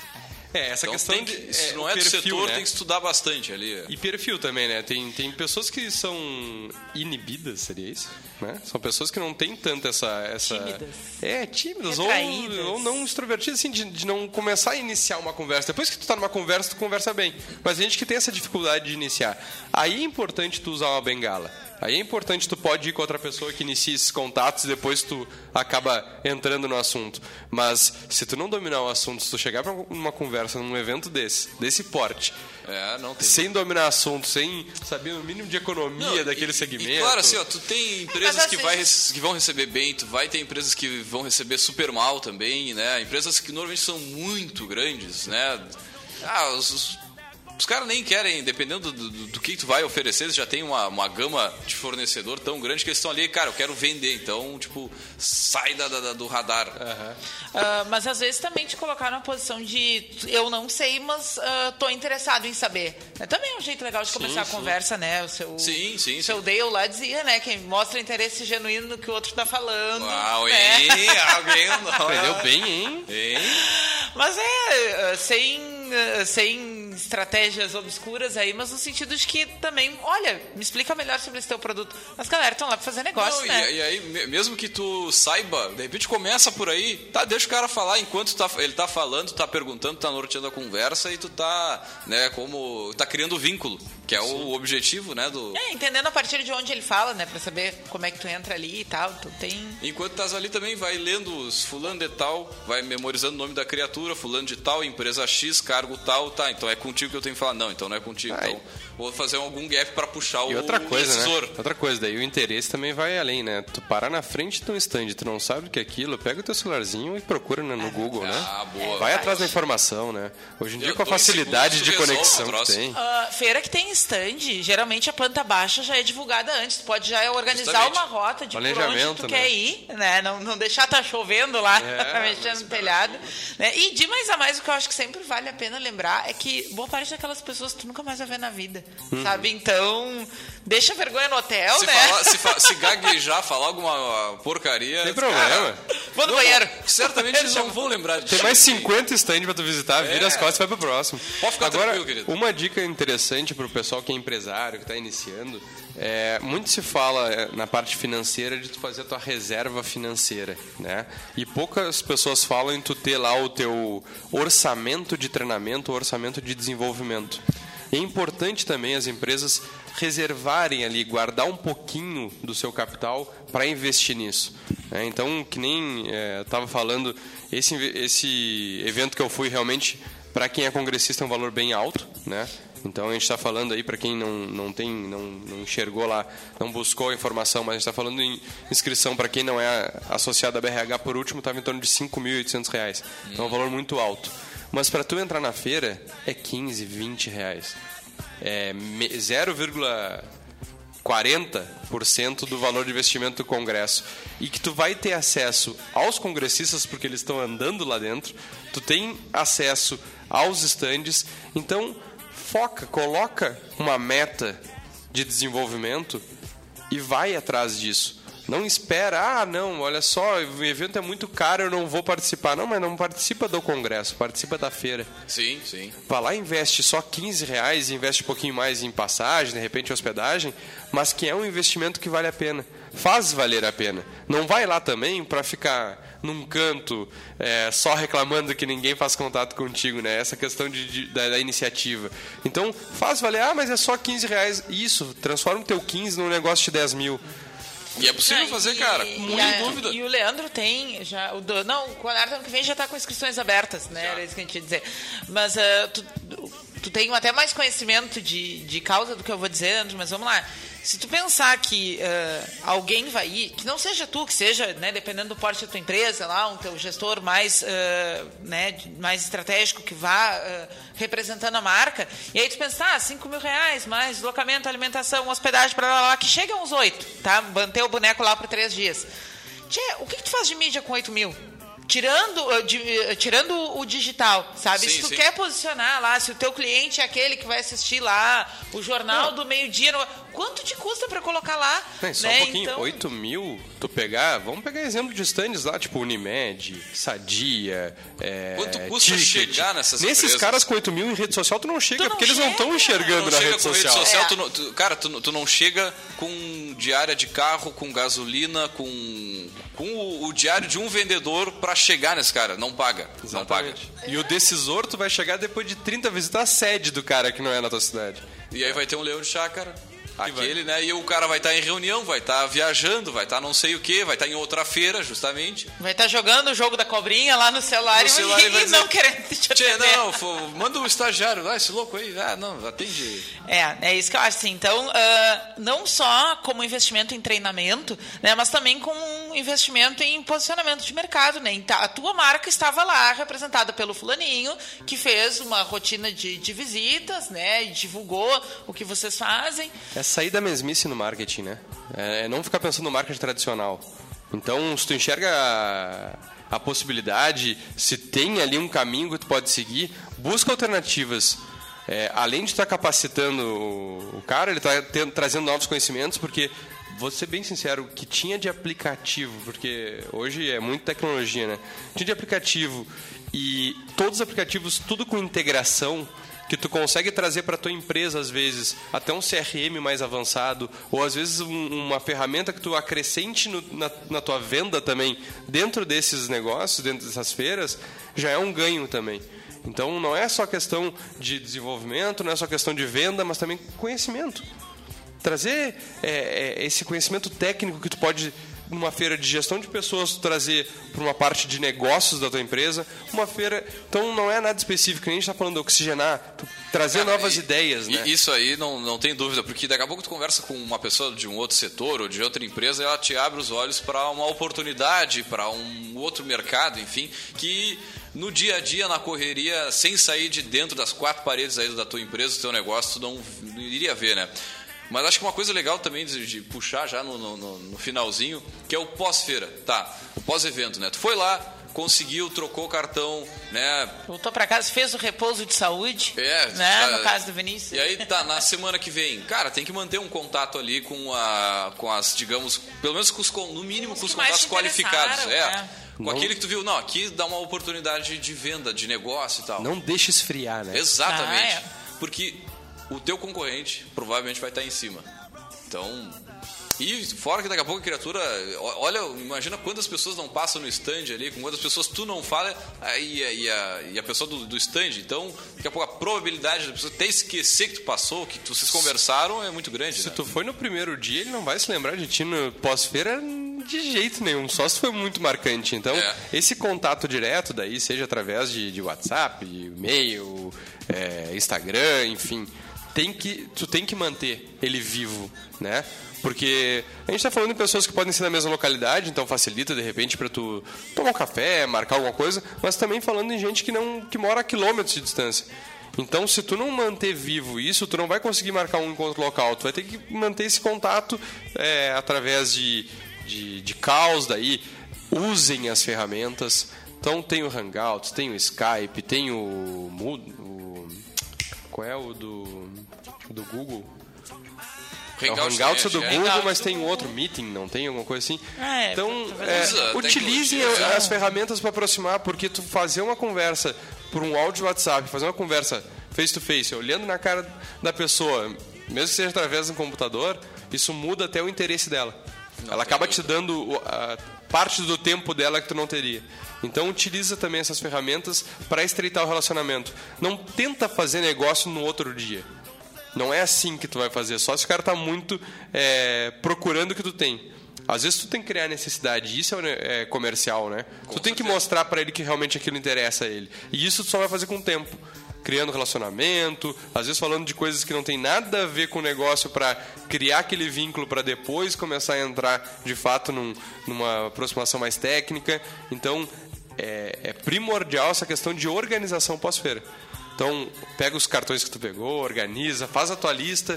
É, essa então, questão tem que, de, se é, não é do perfil, setor, né? tem que estudar bastante ali. E perfil também, né? Tem, tem pessoas que são inibidas, seria isso? Né? São pessoas que não têm tanto essa... essa... Tímidas. É, tímidas ou, ou não extrovertidas, assim, de, de não começar a iniciar uma conversa. Depois que tu tá numa conversa, tu conversa bem. Mas a gente que tem essa dificuldade de iniciar. Aí é importante tu usar uma bengala. Aí é importante tu pode ir com outra pessoa que inicia esses contatos e depois tu acaba entrando no assunto. Mas se tu não dominar o assunto, se tu chegar para uma conversa num evento desse, desse porte, é, não tem sem dominar o assunto, sem saber no mínimo de economia não, daquele e, segmento... E claro, assim, ó, tu tem empresas assim, que, vai, que vão receber bem, tu vai ter empresas que vão receber super mal também, né? Empresas que normalmente são muito grandes, né? Ah, os... os Os caras nem querem, dependendo do, do, do que tu vai oferecer, eles já tem uma, uma gama de fornecedor tão grande que eles estão ali, cara, eu quero vender, então, tipo, sai da, da, do radar. Uhum. Uh, mas às vezes também te colocar numa posição de eu não sei, mas uh, tô interessado em saber. É também um jeito legal de começar sim, a conversa, né? O seu, sim, sim. O seu sim. Dale lá dizia, né? Quem mostra interesse genuíno no que o outro tá falando. Uau, né? hein? Alguém não. Aprendeu bem, hein? hein? Mas é, sem, sem estratégias obscuras aí, mas no sentido de que também, olha, me explica melhor sobre esse teu produto. Mas, galera, estão lá pra fazer negócio, não, né? E, e aí, mesmo que tu saiba, de repente começa por aí, tá, deixa o cara falar enquanto tá, ele tá falando, tu tá perguntando, tá norteando a conversa e tu tá, né, como, tá criando vínculo, que é o Sim. objetivo, né, do... É, entendendo a partir de onde ele fala, né, pra saber como é que tu entra ali e tal, tu tem... Enquanto estás ali também, vai lendo os fulano de tal, vai memorizando o nome da criatura, fulano de tal, empresa X, cargo tal, tá, então é contigo que eu tenho que falar. Não, então não é contigo, Ai. então vou fazer algum gap pra puxar e o outra coisa, decisor. Né? Outra coisa, daí o interesse também vai além, né? Tu parar na frente de um stand, tu não sabe o que é aquilo, pega o teu celularzinho e procura, né, no é. Google, ah, né? Boa, vai é. atrás da informação, né? Hoje em dia, eu com a facilidade de conexão que tem. Uh, feira que tem stand, geralmente a planta baixa já é divulgada antes. Tu pode já organizar Justamente. uma rota de por onde tu né? quer ir, né? Não, não deixar tá chovendo lá, é, mexendo no telhado. Né? E de mais a mais, o que eu acho que sempre vale a pena lembrar é que boa parte daquelas pessoas tu nunca mais vai ver na vida, hum. sabe? Então, deixa a vergonha no hotel, se né? Falar, se, fa se gaguejar, falar alguma porcaria... Tem problema. Cara, vou no banheiro. Certamente eles não vão lembrar disso. Tem mais cinquenta stands pra tu visitar, vira é. as costas e vai pro próximo. Pode ficar Agora, tranquilo, querido. Uma dica interessante pro pessoal que é empresário, que tá iniciando, é, muito se fala na parte financeira de tu fazer a tua reserva financeira, né? E poucas pessoas falam em tu ter lá o teu orçamento de treinamento, orçamento de desenvolvimento. É importante também as empresas reservarem ali, guardar um pouquinho do seu capital para investir nisso. É, então, que nem é, eu estava falando, esse, esse evento que eu fui realmente, para quem é congressista, é um valor bem alto, né? Então a gente está falando aí, para quem não, não, tem, não, não enxergou lá, não buscou a informação, mas a gente está falando em inscrição para quem não é associado à B R H, por último, estava em torno de cinco mil e oitocentos reais. Então é um valor muito alto. Mas para tu entrar na feira, é quinze, vinte reais. É zero vírgula quarenta por cento do valor de investimento do congresso. E que tu vai ter acesso aos congressistas, porque eles estão andando lá dentro. Tu tem acesso aos estandes. Então, foca, coloca uma meta de desenvolvimento e vai atrás disso. Não espera, ah, não, olha só, o evento é muito caro, eu não vou participar. Não, mas não participa do congresso, participa da feira. Sim, sim. Vai lá e investe só quinze reais, investe um pouquinho mais em passagem, de repente hospedagem, mas que é um investimento que vale a pena. Faz valer a pena. Não vai lá também para ficar num canto é, só reclamando que ninguém faz contato contigo, né? Essa questão de, de, da, da iniciativa. Então, faz valer, ah, mas é só quinze reais. Isso, transforma o teu quinze num negócio de dez mil. E é possível fazer, e, cara, e, muita e, dúvida. E o Leandro tem já... O do, não, o Leonardo ano que vem já está com inscrições abertas, né? Já. Era isso que a gente ia dizer. Mas uh, tu, tu tem até mais conhecimento de, de causa do que eu vou dizer, Leandro, mas vamos lá. Se tu pensar que uh, alguém vai ir, que não seja tu, que seja, né, dependendo do porte da tua empresa, lá, um teu gestor mais, uh, né, mais estratégico que vá uh, representando a marca, e aí tu pensar, ah, cinco mil reais, mais deslocamento, alimentação, hospedagem, para lá, lá, que chega a uns oito, tá? Manter o boneco lá por três dias. Tchê, o que, que tu faz de mídia com oito mil? Tirando, uh, de, uh, tirando o digital, sabe? Sim, se tu sim. quer posicionar lá, se o teu cliente é aquele que vai assistir lá o jornal Não. do meio-dia, no... quanto te custa para colocar lá? É, só né? um pouquinho, então... oito mil, tu pegar, vamos pegar exemplo de stands lá, tipo Unimed, Sadia, é, quanto custa Ticket. Chegar nessas Nesses empresas? caras com oito mil em rede social, tu não chega, tu não porque chega, eles não estão enxergando não na chega rede com social. rede social, É. tu não, tu, cara, tu, tu não chega com diária de carro, com gasolina, com, com o, o diário de um vendedor para chegar nesse cara, não paga. Não paga. E o decisor, tu vai chegar depois de trinta visitar a sede do cara que não é na tua cidade. E aí vai ter um leão de chácara, aquele, né? E o cara vai estar em reunião, vai estar viajando, vai estar não sei o que, vai estar em outra feira, justamente. Vai estar jogando o jogo da cobrinha lá no celular, No e, celular e, ele vai e não dizer, querendo te Tchê, atender. não, não, manda um estagiário, ah, esse louco aí, ah, não, atende. É, é isso que eu acho, assim. Então, uh, não só como investimento em treinamento, né, mas também com um investimento em posicionamento de mercado, né? Então, a tua marca estava lá, representada pelo fulaninho, que fez uma rotina de, de visitas, né, e divulgou o que vocês fazem. É sair da mesmice no marketing, né? É não ficar pensando no marketing tradicional. Então, se tu enxerga a, a possibilidade, se tem ali um caminho que tu pode seguir, busca alternativas. É, além de estar capacitando o, o cara, ele está trazendo novos conhecimentos, porque, vou ser bem sincero, o que tinha de aplicativo, porque hoje é muita tecnologia, né? Tinha de aplicativo e todos os aplicativos, tudo com integração, que tu consegue trazer para tua empresa, às vezes, até um C R M mais avançado, ou às vezes um, uma ferramenta que tu acrescente no, na, na tua venda também, dentro desses negócios, dentro dessas feiras, já é um ganho também. Então, não é só questão de desenvolvimento, não é só questão de venda, mas também conhecimento. Trazer é, é, esse conhecimento técnico que tu pode, numa feira de gestão de pessoas, trazer para uma parte de negócios da tua empresa, uma feira... Então, não é nada específico, nem a gente está falando de oxigenar, tu trazer Cara, novas e, ideias, né? Isso aí não, não tem dúvida, porque daqui a pouco tu conversa com uma pessoa de um outro setor ou de outra empresa e ela te abre os olhos para uma oportunidade, para um outro mercado, enfim, que... No dia a dia, na correria, sem sair de dentro das quatro paredes aí da tua empresa, do teu negócio, tu não, não iria ver, né? Mas acho que uma coisa legal também de, de puxar já no, no, no finalzinho, que é o pós-feira, tá? O pós-evento, né? Tu foi lá, conseguiu, trocou o cartão, né? Voltou para casa, fez o repouso de saúde, é, né? Tá, no caso do Vinícius. E aí, tá, na semana que vem, cara, tem que manter um contato ali com, a, com as, digamos, pelo menos com os, no mínimo com os contatos qualificados. É. Né? Com não, aquele que tu viu, não, aqui dá uma oportunidade de venda, de negócio e tal. Não deixa esfriar, né? Exatamente. Ah, é. Porque o teu concorrente provavelmente vai estar em cima. Então, E fora que daqui a pouco a criatura... Olha, imagina quantas pessoas não passam no stand ali, com quantas pessoas tu não fala e, e, a, e a pessoa do, do stand. Então, daqui a pouco a probabilidade da pessoa até esquecer que tu passou, que vocês conversaram, é muito grande. Se né? tu foi no primeiro dia, ele não vai se lembrar de ti no pós-feira de jeito nenhum, só se foi muito marcante. Então, é. esse contato direto daí, seja através de, de WhatsApp, de e-mail, é, Instagram, enfim, tem que, tu tem que manter ele vivo, né? Porque a gente está falando de pessoas que podem ser na mesma localidade, então facilita, de repente, para tu tomar um café, marcar alguma coisa, mas também falando em gente que, não, que mora a quilômetros de distância. Então, se tu não manter vivo isso, tu não vai conseguir marcar um encontro local. Tu vai ter que manter esse contato é, através de, de, de calls, daí usem as ferramentas. Então, tem o Hangouts, tem o Skype, tem o... o qual é o do, do Google? É o Hangouts é do Google, é. mas tem outro, Meeting, não tem alguma coisa assim? Ah, é, então, é, utilize as ferramentas para aproximar, porque tu fazer uma conversa por um áudio WhatsApp, fazer uma conversa face-to-face, olhando na cara da pessoa, mesmo que seja através do computador, isso muda até o interesse dela. Não Ela acaba te dando a parte do tempo dela que tu não teria. Então, utiliza também essas ferramentas para estreitar o relacionamento. Não tenta fazer negócio no outro dia. Não é assim que tu vai fazer, só se o cara tá muito é, procurando o que tu tem. Às vezes tu tem que criar necessidade, isso é, é comercial, né? Com tu tem certeza. Que mostrar para ele que realmente aquilo interessa a ele. E isso tu só vai fazer com o tempo. Criando relacionamento, às vezes falando de coisas que não tem nada a ver com o negócio para criar aquele vínculo para depois começar a entrar de fato num, numa aproximação mais técnica. Então, é, é primordial essa questão de organização pós-feira. Então, pega os cartões que tu pegou, organiza, faz a tua lista.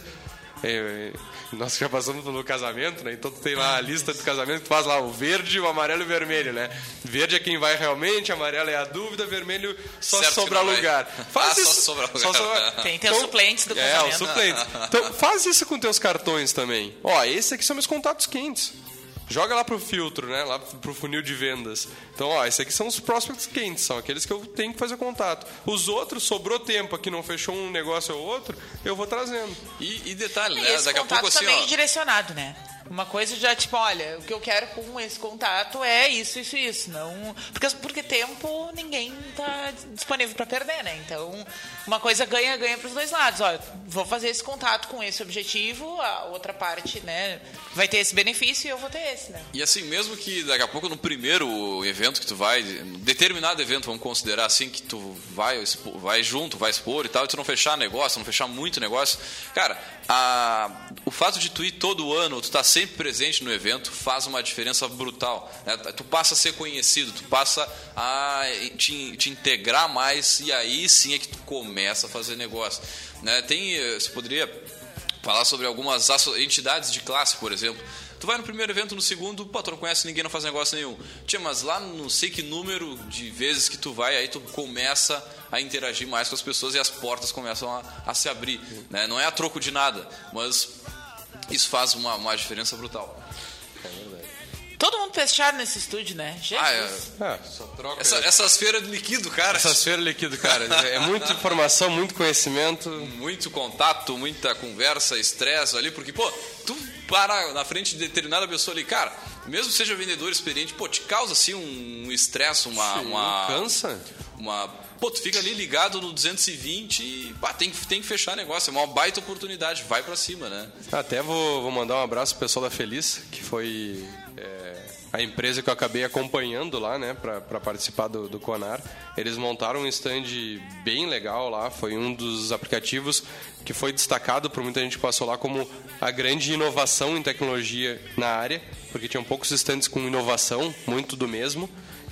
É, nós já passamos pelo casamento, né? Então tu tem lá a lista do casamento, tu faz lá o verde, o amarelo e o vermelho, né? Verde é quem vai realmente, amarelo é a dúvida, vermelho só certo sobra lugar. Faz ah, isso. Só sobra lugar. Só sobra... Tem, tem então, os suplentes do casamento. É, os suplentes. Então faz isso com teus cartões também. Ó, esses aqui são meus contatos quentes. Joga lá pro filtro, né? Lá pro funil de vendas. Então, ó, esses aqui são os prospects quentes, são aqueles que eu tenho que fazer contato. Os outros, sobrou tempo aqui, não fechou um negócio ou outro, eu vou trazendo. E, e detalhe, e né? esse Daqui a pouco assim, também ó... direcionado, né? Uma coisa já, tipo, olha, o que eu quero com esse contato é isso, isso, isso. Não... Porque, porque tempo ninguém tá disponível para perder, né? Então, uma coisa ganha, ganha para os dois lados. Ó, vou fazer esse contato com esse objetivo, a outra parte, né, vai ter esse benefício e eu vou ter esse, né? E assim, mesmo que daqui a pouco no primeiro evento que tu vai, determinado evento, vamos considerar assim, que tu vai, vai junto, vai expor e tal, e tu não fechar negócio, não fechar muito negócio, cara, a, o fato de tu ir todo ano, tu tá sempre presente no evento, faz uma diferença brutal, né? Tu passa a ser conhecido, tu passa a te, te integrar mais, e aí sim é que tu começa a fazer negócio, né? Tem, você poderia falar sobre algumas entidades de classe, por exemplo. Tu vai no primeiro evento, no segundo, pô, tu não conhece ninguém, não faz negócio nenhum. Tia, mas lá não sei que número de vezes que tu vai, aí tu começa a interagir mais com as pessoas e as portas começam a, a se abrir, né? Não é a troco de nada, mas isso faz uma, uma diferença brutal. É verdade. Todo mundo fechado nesse estúdio, né? Jesus. Ah, é. É, só troca. Essa, essas feiras de líquido, cara. Essas feiras de líquido, cara. É muita informação, muito conhecimento. Muito contato, muita conversa, estresse ali, porque, pô, tu para na frente de determinada pessoa ali, cara, mesmo que seja vendedor experiente, pô, te causa assim um estresse, uma, Sim, uma. Cansa. Uma. Pô, tu fica ali ligado no duzentos e vinte e pá, tem, tem que fechar negócio. É uma baita oportunidade, vai pra cima, né? Até vou, vou mandar um abraço pro pessoal da Feliz, que foi é, a empresa que eu acabei acompanhando lá, né, pra, pra participar do, do Conar. Eles montaram um stand bem legal lá, foi um dos aplicativos que foi destacado por muita gente que passou lá como a grande inovação em tecnologia na área, porque tinham poucos stands com inovação, muito do mesmo.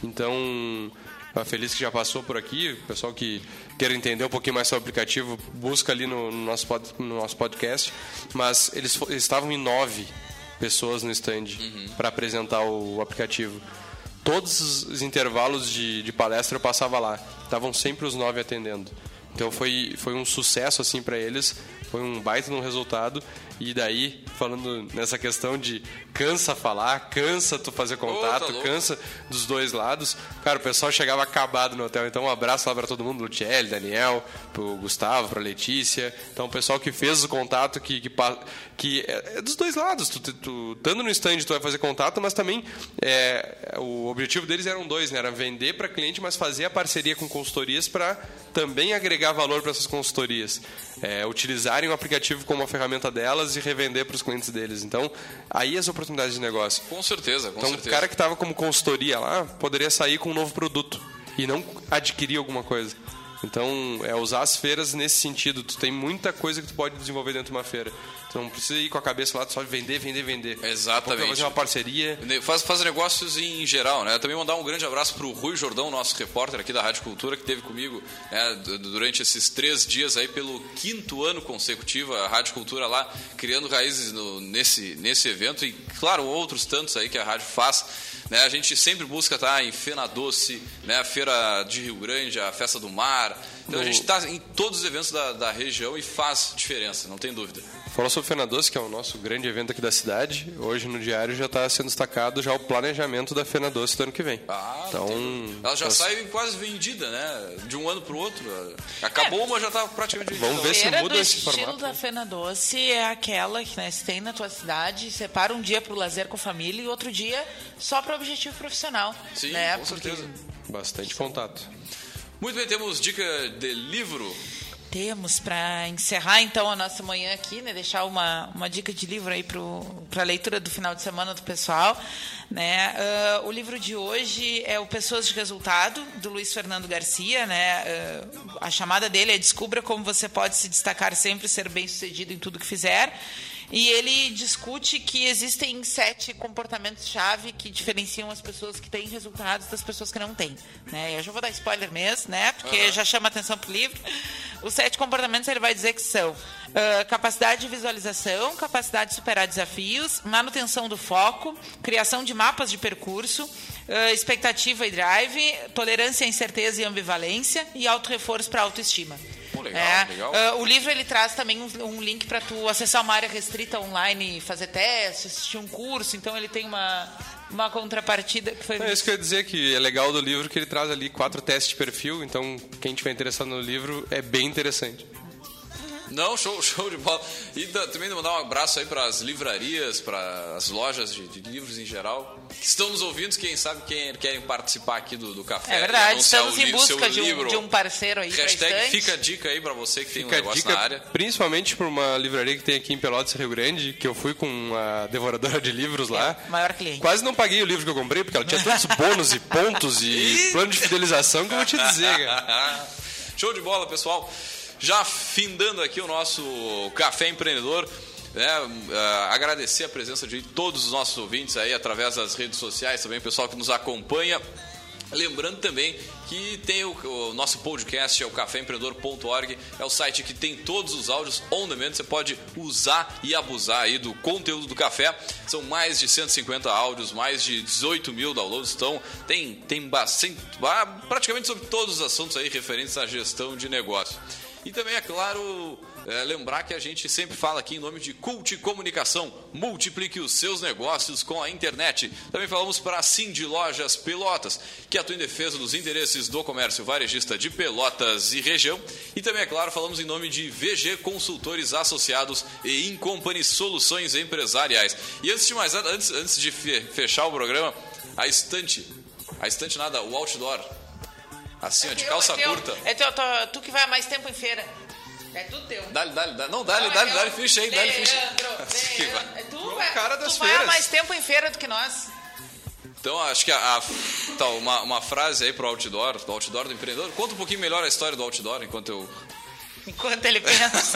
Então, a Feliz que já passou por aqui, o pessoal que queira entender um pouquinho mais sobre o aplicativo, busca ali no, no, nosso, pod, no nosso podcast. Mas eles, eles estavam em nove pessoas no stand uhum. para apresentar o, o aplicativo. Todos os intervalos de, de palestra eu passava lá, estavam sempre os nove atendendo. Então foi, foi um sucesso assim para eles, Foi um baita de um resultado. E daí, falando nessa questão de cansa falar, cansa tu fazer contato, oh, tá cansa dos dois lados. Cara, o pessoal chegava acabado no hotel. Então, um abraço lá pra todo mundo, Luciele, Daniel, pro Gustavo, pra Letícia. Então, o pessoal que fez o contato, que, que, que é dos dois lados. Tu, tu, tu, estando no stand, tu vai fazer contato, mas também é, o objetivo deles eram dois, né? Era vender para cliente, mas fazer a parceria com consultorias para também agregar valor para essas consultorias. É, utilizarem o aplicativo como uma ferramenta delas e revender para os clientes deles. Então, aí as oportunidades de negócio. Com certeza, com então, certeza. o cara que estava como consultoria lá poderia sair com um novo produto e não adquirir alguma coisa. Então, é usar as feiras nesse sentido. Tu tem muita coisa que tu pode desenvolver dentro de uma feira. Tu não precisa ir com a cabeça lá só vender, vender, vender. Exatamente. Fazer uma parceria. Faz, faz negócios em geral, né? Também mandar um grande abraço pro Rui Jordão, nosso repórter aqui da Rádio Cultura, que esteve comigo, né, durante esses três dias aí, pelo quinto ano consecutivo, a Rádio Cultura lá, criando raízes no, nesse, nesse evento. E, claro, outros tantos aí que a rádio faz. Né? A gente sempre busca estar em Fena Doce, né? A Feira de Rio Grande, a Festa do Mar. Então, a gente está em todos os eventos da, da região e faz diferença, não tem dúvida. Falou sobre o Fena Doce, que é o nosso grande evento aqui da cidade. Hoje no diário já está sendo destacado já o planejamento da Fena Doce do ano que vem. Ah, então, ela já nós... sai quase vendida, né? De um ano para o outro. Acabou é. uma, já está praticamente vendida. Vamos ver se muda esse formato. O estilo da Fena Doce é aquela que, né, você tem na tua cidade, separa um dia para o lazer com a família e outro dia só para o objetivo profissional. Sim, né? com Porque... certeza. Bastante contato. Muito bem, temos dica de livro. Temos, para encerrar então a nossa manhã aqui, né, deixar uma, uma dica de livro aí para a leitura do final de semana do pessoal. Né? Uh, o livro de hoje é o Pessoas de Resultado, do Luiz Fernando Garcia. Né? Uh, a chamada dele é Descubra como você pode se destacar sempre e ser bem-sucedido em tudo que fizer. E ele discute que existem sete comportamentos-chave que diferenciam as pessoas que têm resultados das pessoas que não têm. Né? Eu já vou dar spoiler mesmo, né? Porque uhum. já chama atenção para o livro. Os sete comportamentos ele vai dizer que são uh, capacidade de visualização, capacidade de superar desafios, manutenção do foco, criação de mapas de percurso, uh, expectativa e drive, tolerância à incerteza e ambivalência e auto-reforço para a autoestima. Legal, é, legal. Uh, o livro ele traz também um, um link para tu acessar uma área restrita online, fazer testes, assistir um curso. Então ele tem uma, uma contrapartida que foi... É isso que eu ia dizer, que é legal do livro, que ele traz ali quatro testes de perfil. Então quem estiver interessado no livro é bem interessante. Não, show, show de bola. E da, também mandar um abraço aí para as livrarias, para as lojas de, de livros em geral, que estão nos ouvindo, quem sabe quem querem participar aqui do, do café. É verdade, estamos em busca de um, de um parceiro aí. Hashtag fica a dica aí para você que fica tem um negócio dica, na área. Principalmente por uma livraria que tem aqui em Pelotas, Rio Grande, que eu fui com uma devoradora de livros é, lá. Maior cliente. Quase não paguei o livro que eu comprei, porque ela tinha tantos bônus e pontos e plano de fidelização que eu vou te dizer, cara. Show de bola, pessoal. Já findando aqui o nosso Café Empreendedor, né, uh, agradecer a presença de todos os nossos ouvintes aí através das redes sociais, também o pessoal que nos acompanha. Lembrando também que tem o, o nosso podcast, é o café empreendedor ponto org, é o site que tem todos os áudios on demand, você pode usar e abusar aí do conteúdo do café. São mais de cento e cinquenta áudios, mais de dezoito mil downloads, então tem, tem bastante, praticamente sobre todos os assuntos aí referentes à gestão de negócio. E também, é claro, é, lembrar que a gente sempre fala aqui em nome de Cult Comunicação. Multiplique os seus negócios com a internet. Também falamos para a Cindy Lojas Pelotas, que atua em defesa dos interesses do comércio varejista de Pelotas e região. E também, é claro, falamos em nome de V G Consultores Associados e Incompany Soluções Empresariais. E antes de mais nada, antes, antes de fechar o programa, a estante, a estante nada, o outdoor. Assim, ó, de calça é teu, curta. É teu, tu, tu que vai há mais tempo em feira. É tudo teu. Dá-lhe, dá-lhe, dá-lhe. Não, dá-lhe, dá-lhe, dá-lhe ficha aí, dá-lhe ficha. Assim tu vai, cara das tu vai há mais tempo em feira do que nós. Então, acho que a, a, tá, uma, uma frase aí pro outdoor, do outdoor do empreendedor. Conta um pouquinho melhor a história do outdoor, enquanto eu... Enquanto ele pensa.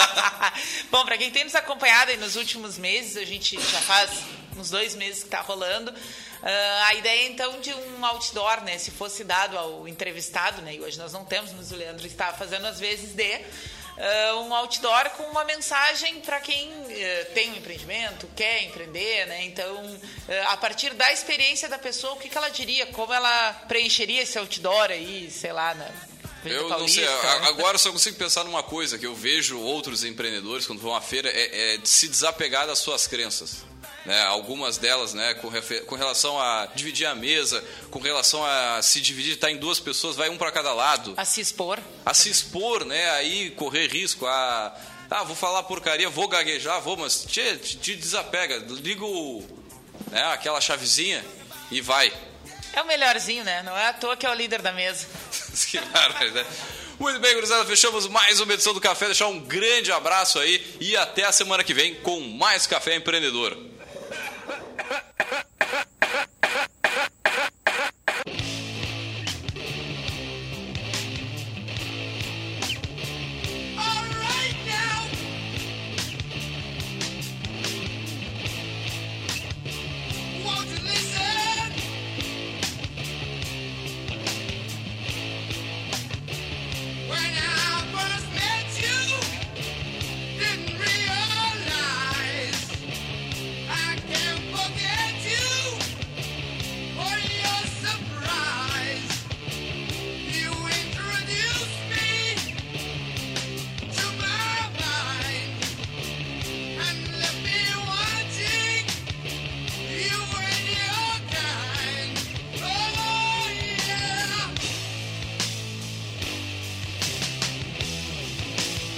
Bom, para quem tem nos acompanhado aí nos últimos meses, a gente já faz uns dois meses que está rolando. Uh, a ideia, então, de um outdoor, né, se fosse dado ao entrevistado, né, e hoje nós não temos, mas o Leandro está fazendo às vezes de uh, um outdoor com uma mensagem para quem uh, tem um empreendimento, quer empreender, né, então, uh, a partir da experiência da pessoa, o que, que ela diria, como ela preencheria esse outdoor aí, sei lá, né, Avenida Eu não sei, Paulista. a- agora eu só consigo pensar numa coisa, que eu vejo outros empreendedores, quando vão à feira, é, é de se desapegar das suas crenças. Né? Algumas delas, né, com, refer- com relação a dividir a mesa, com relação a se dividir, estar em duas pessoas, vai um para cada lado. A se expor. A se expor, né? Aí correr risco, a... Ah, vou falar porcaria, vou gaguejar, vou, mas te, te desapega, liga o, né, aquela chavezinha e vai. É o melhorzinho, né? Não é à toa que é o líder da mesa. Que bárbaro, né? Muito bem, gurizada, fechamos mais uma edição do Café. Deixar um grande abraço aí e até a semana que vem com mais Café Empreendedor.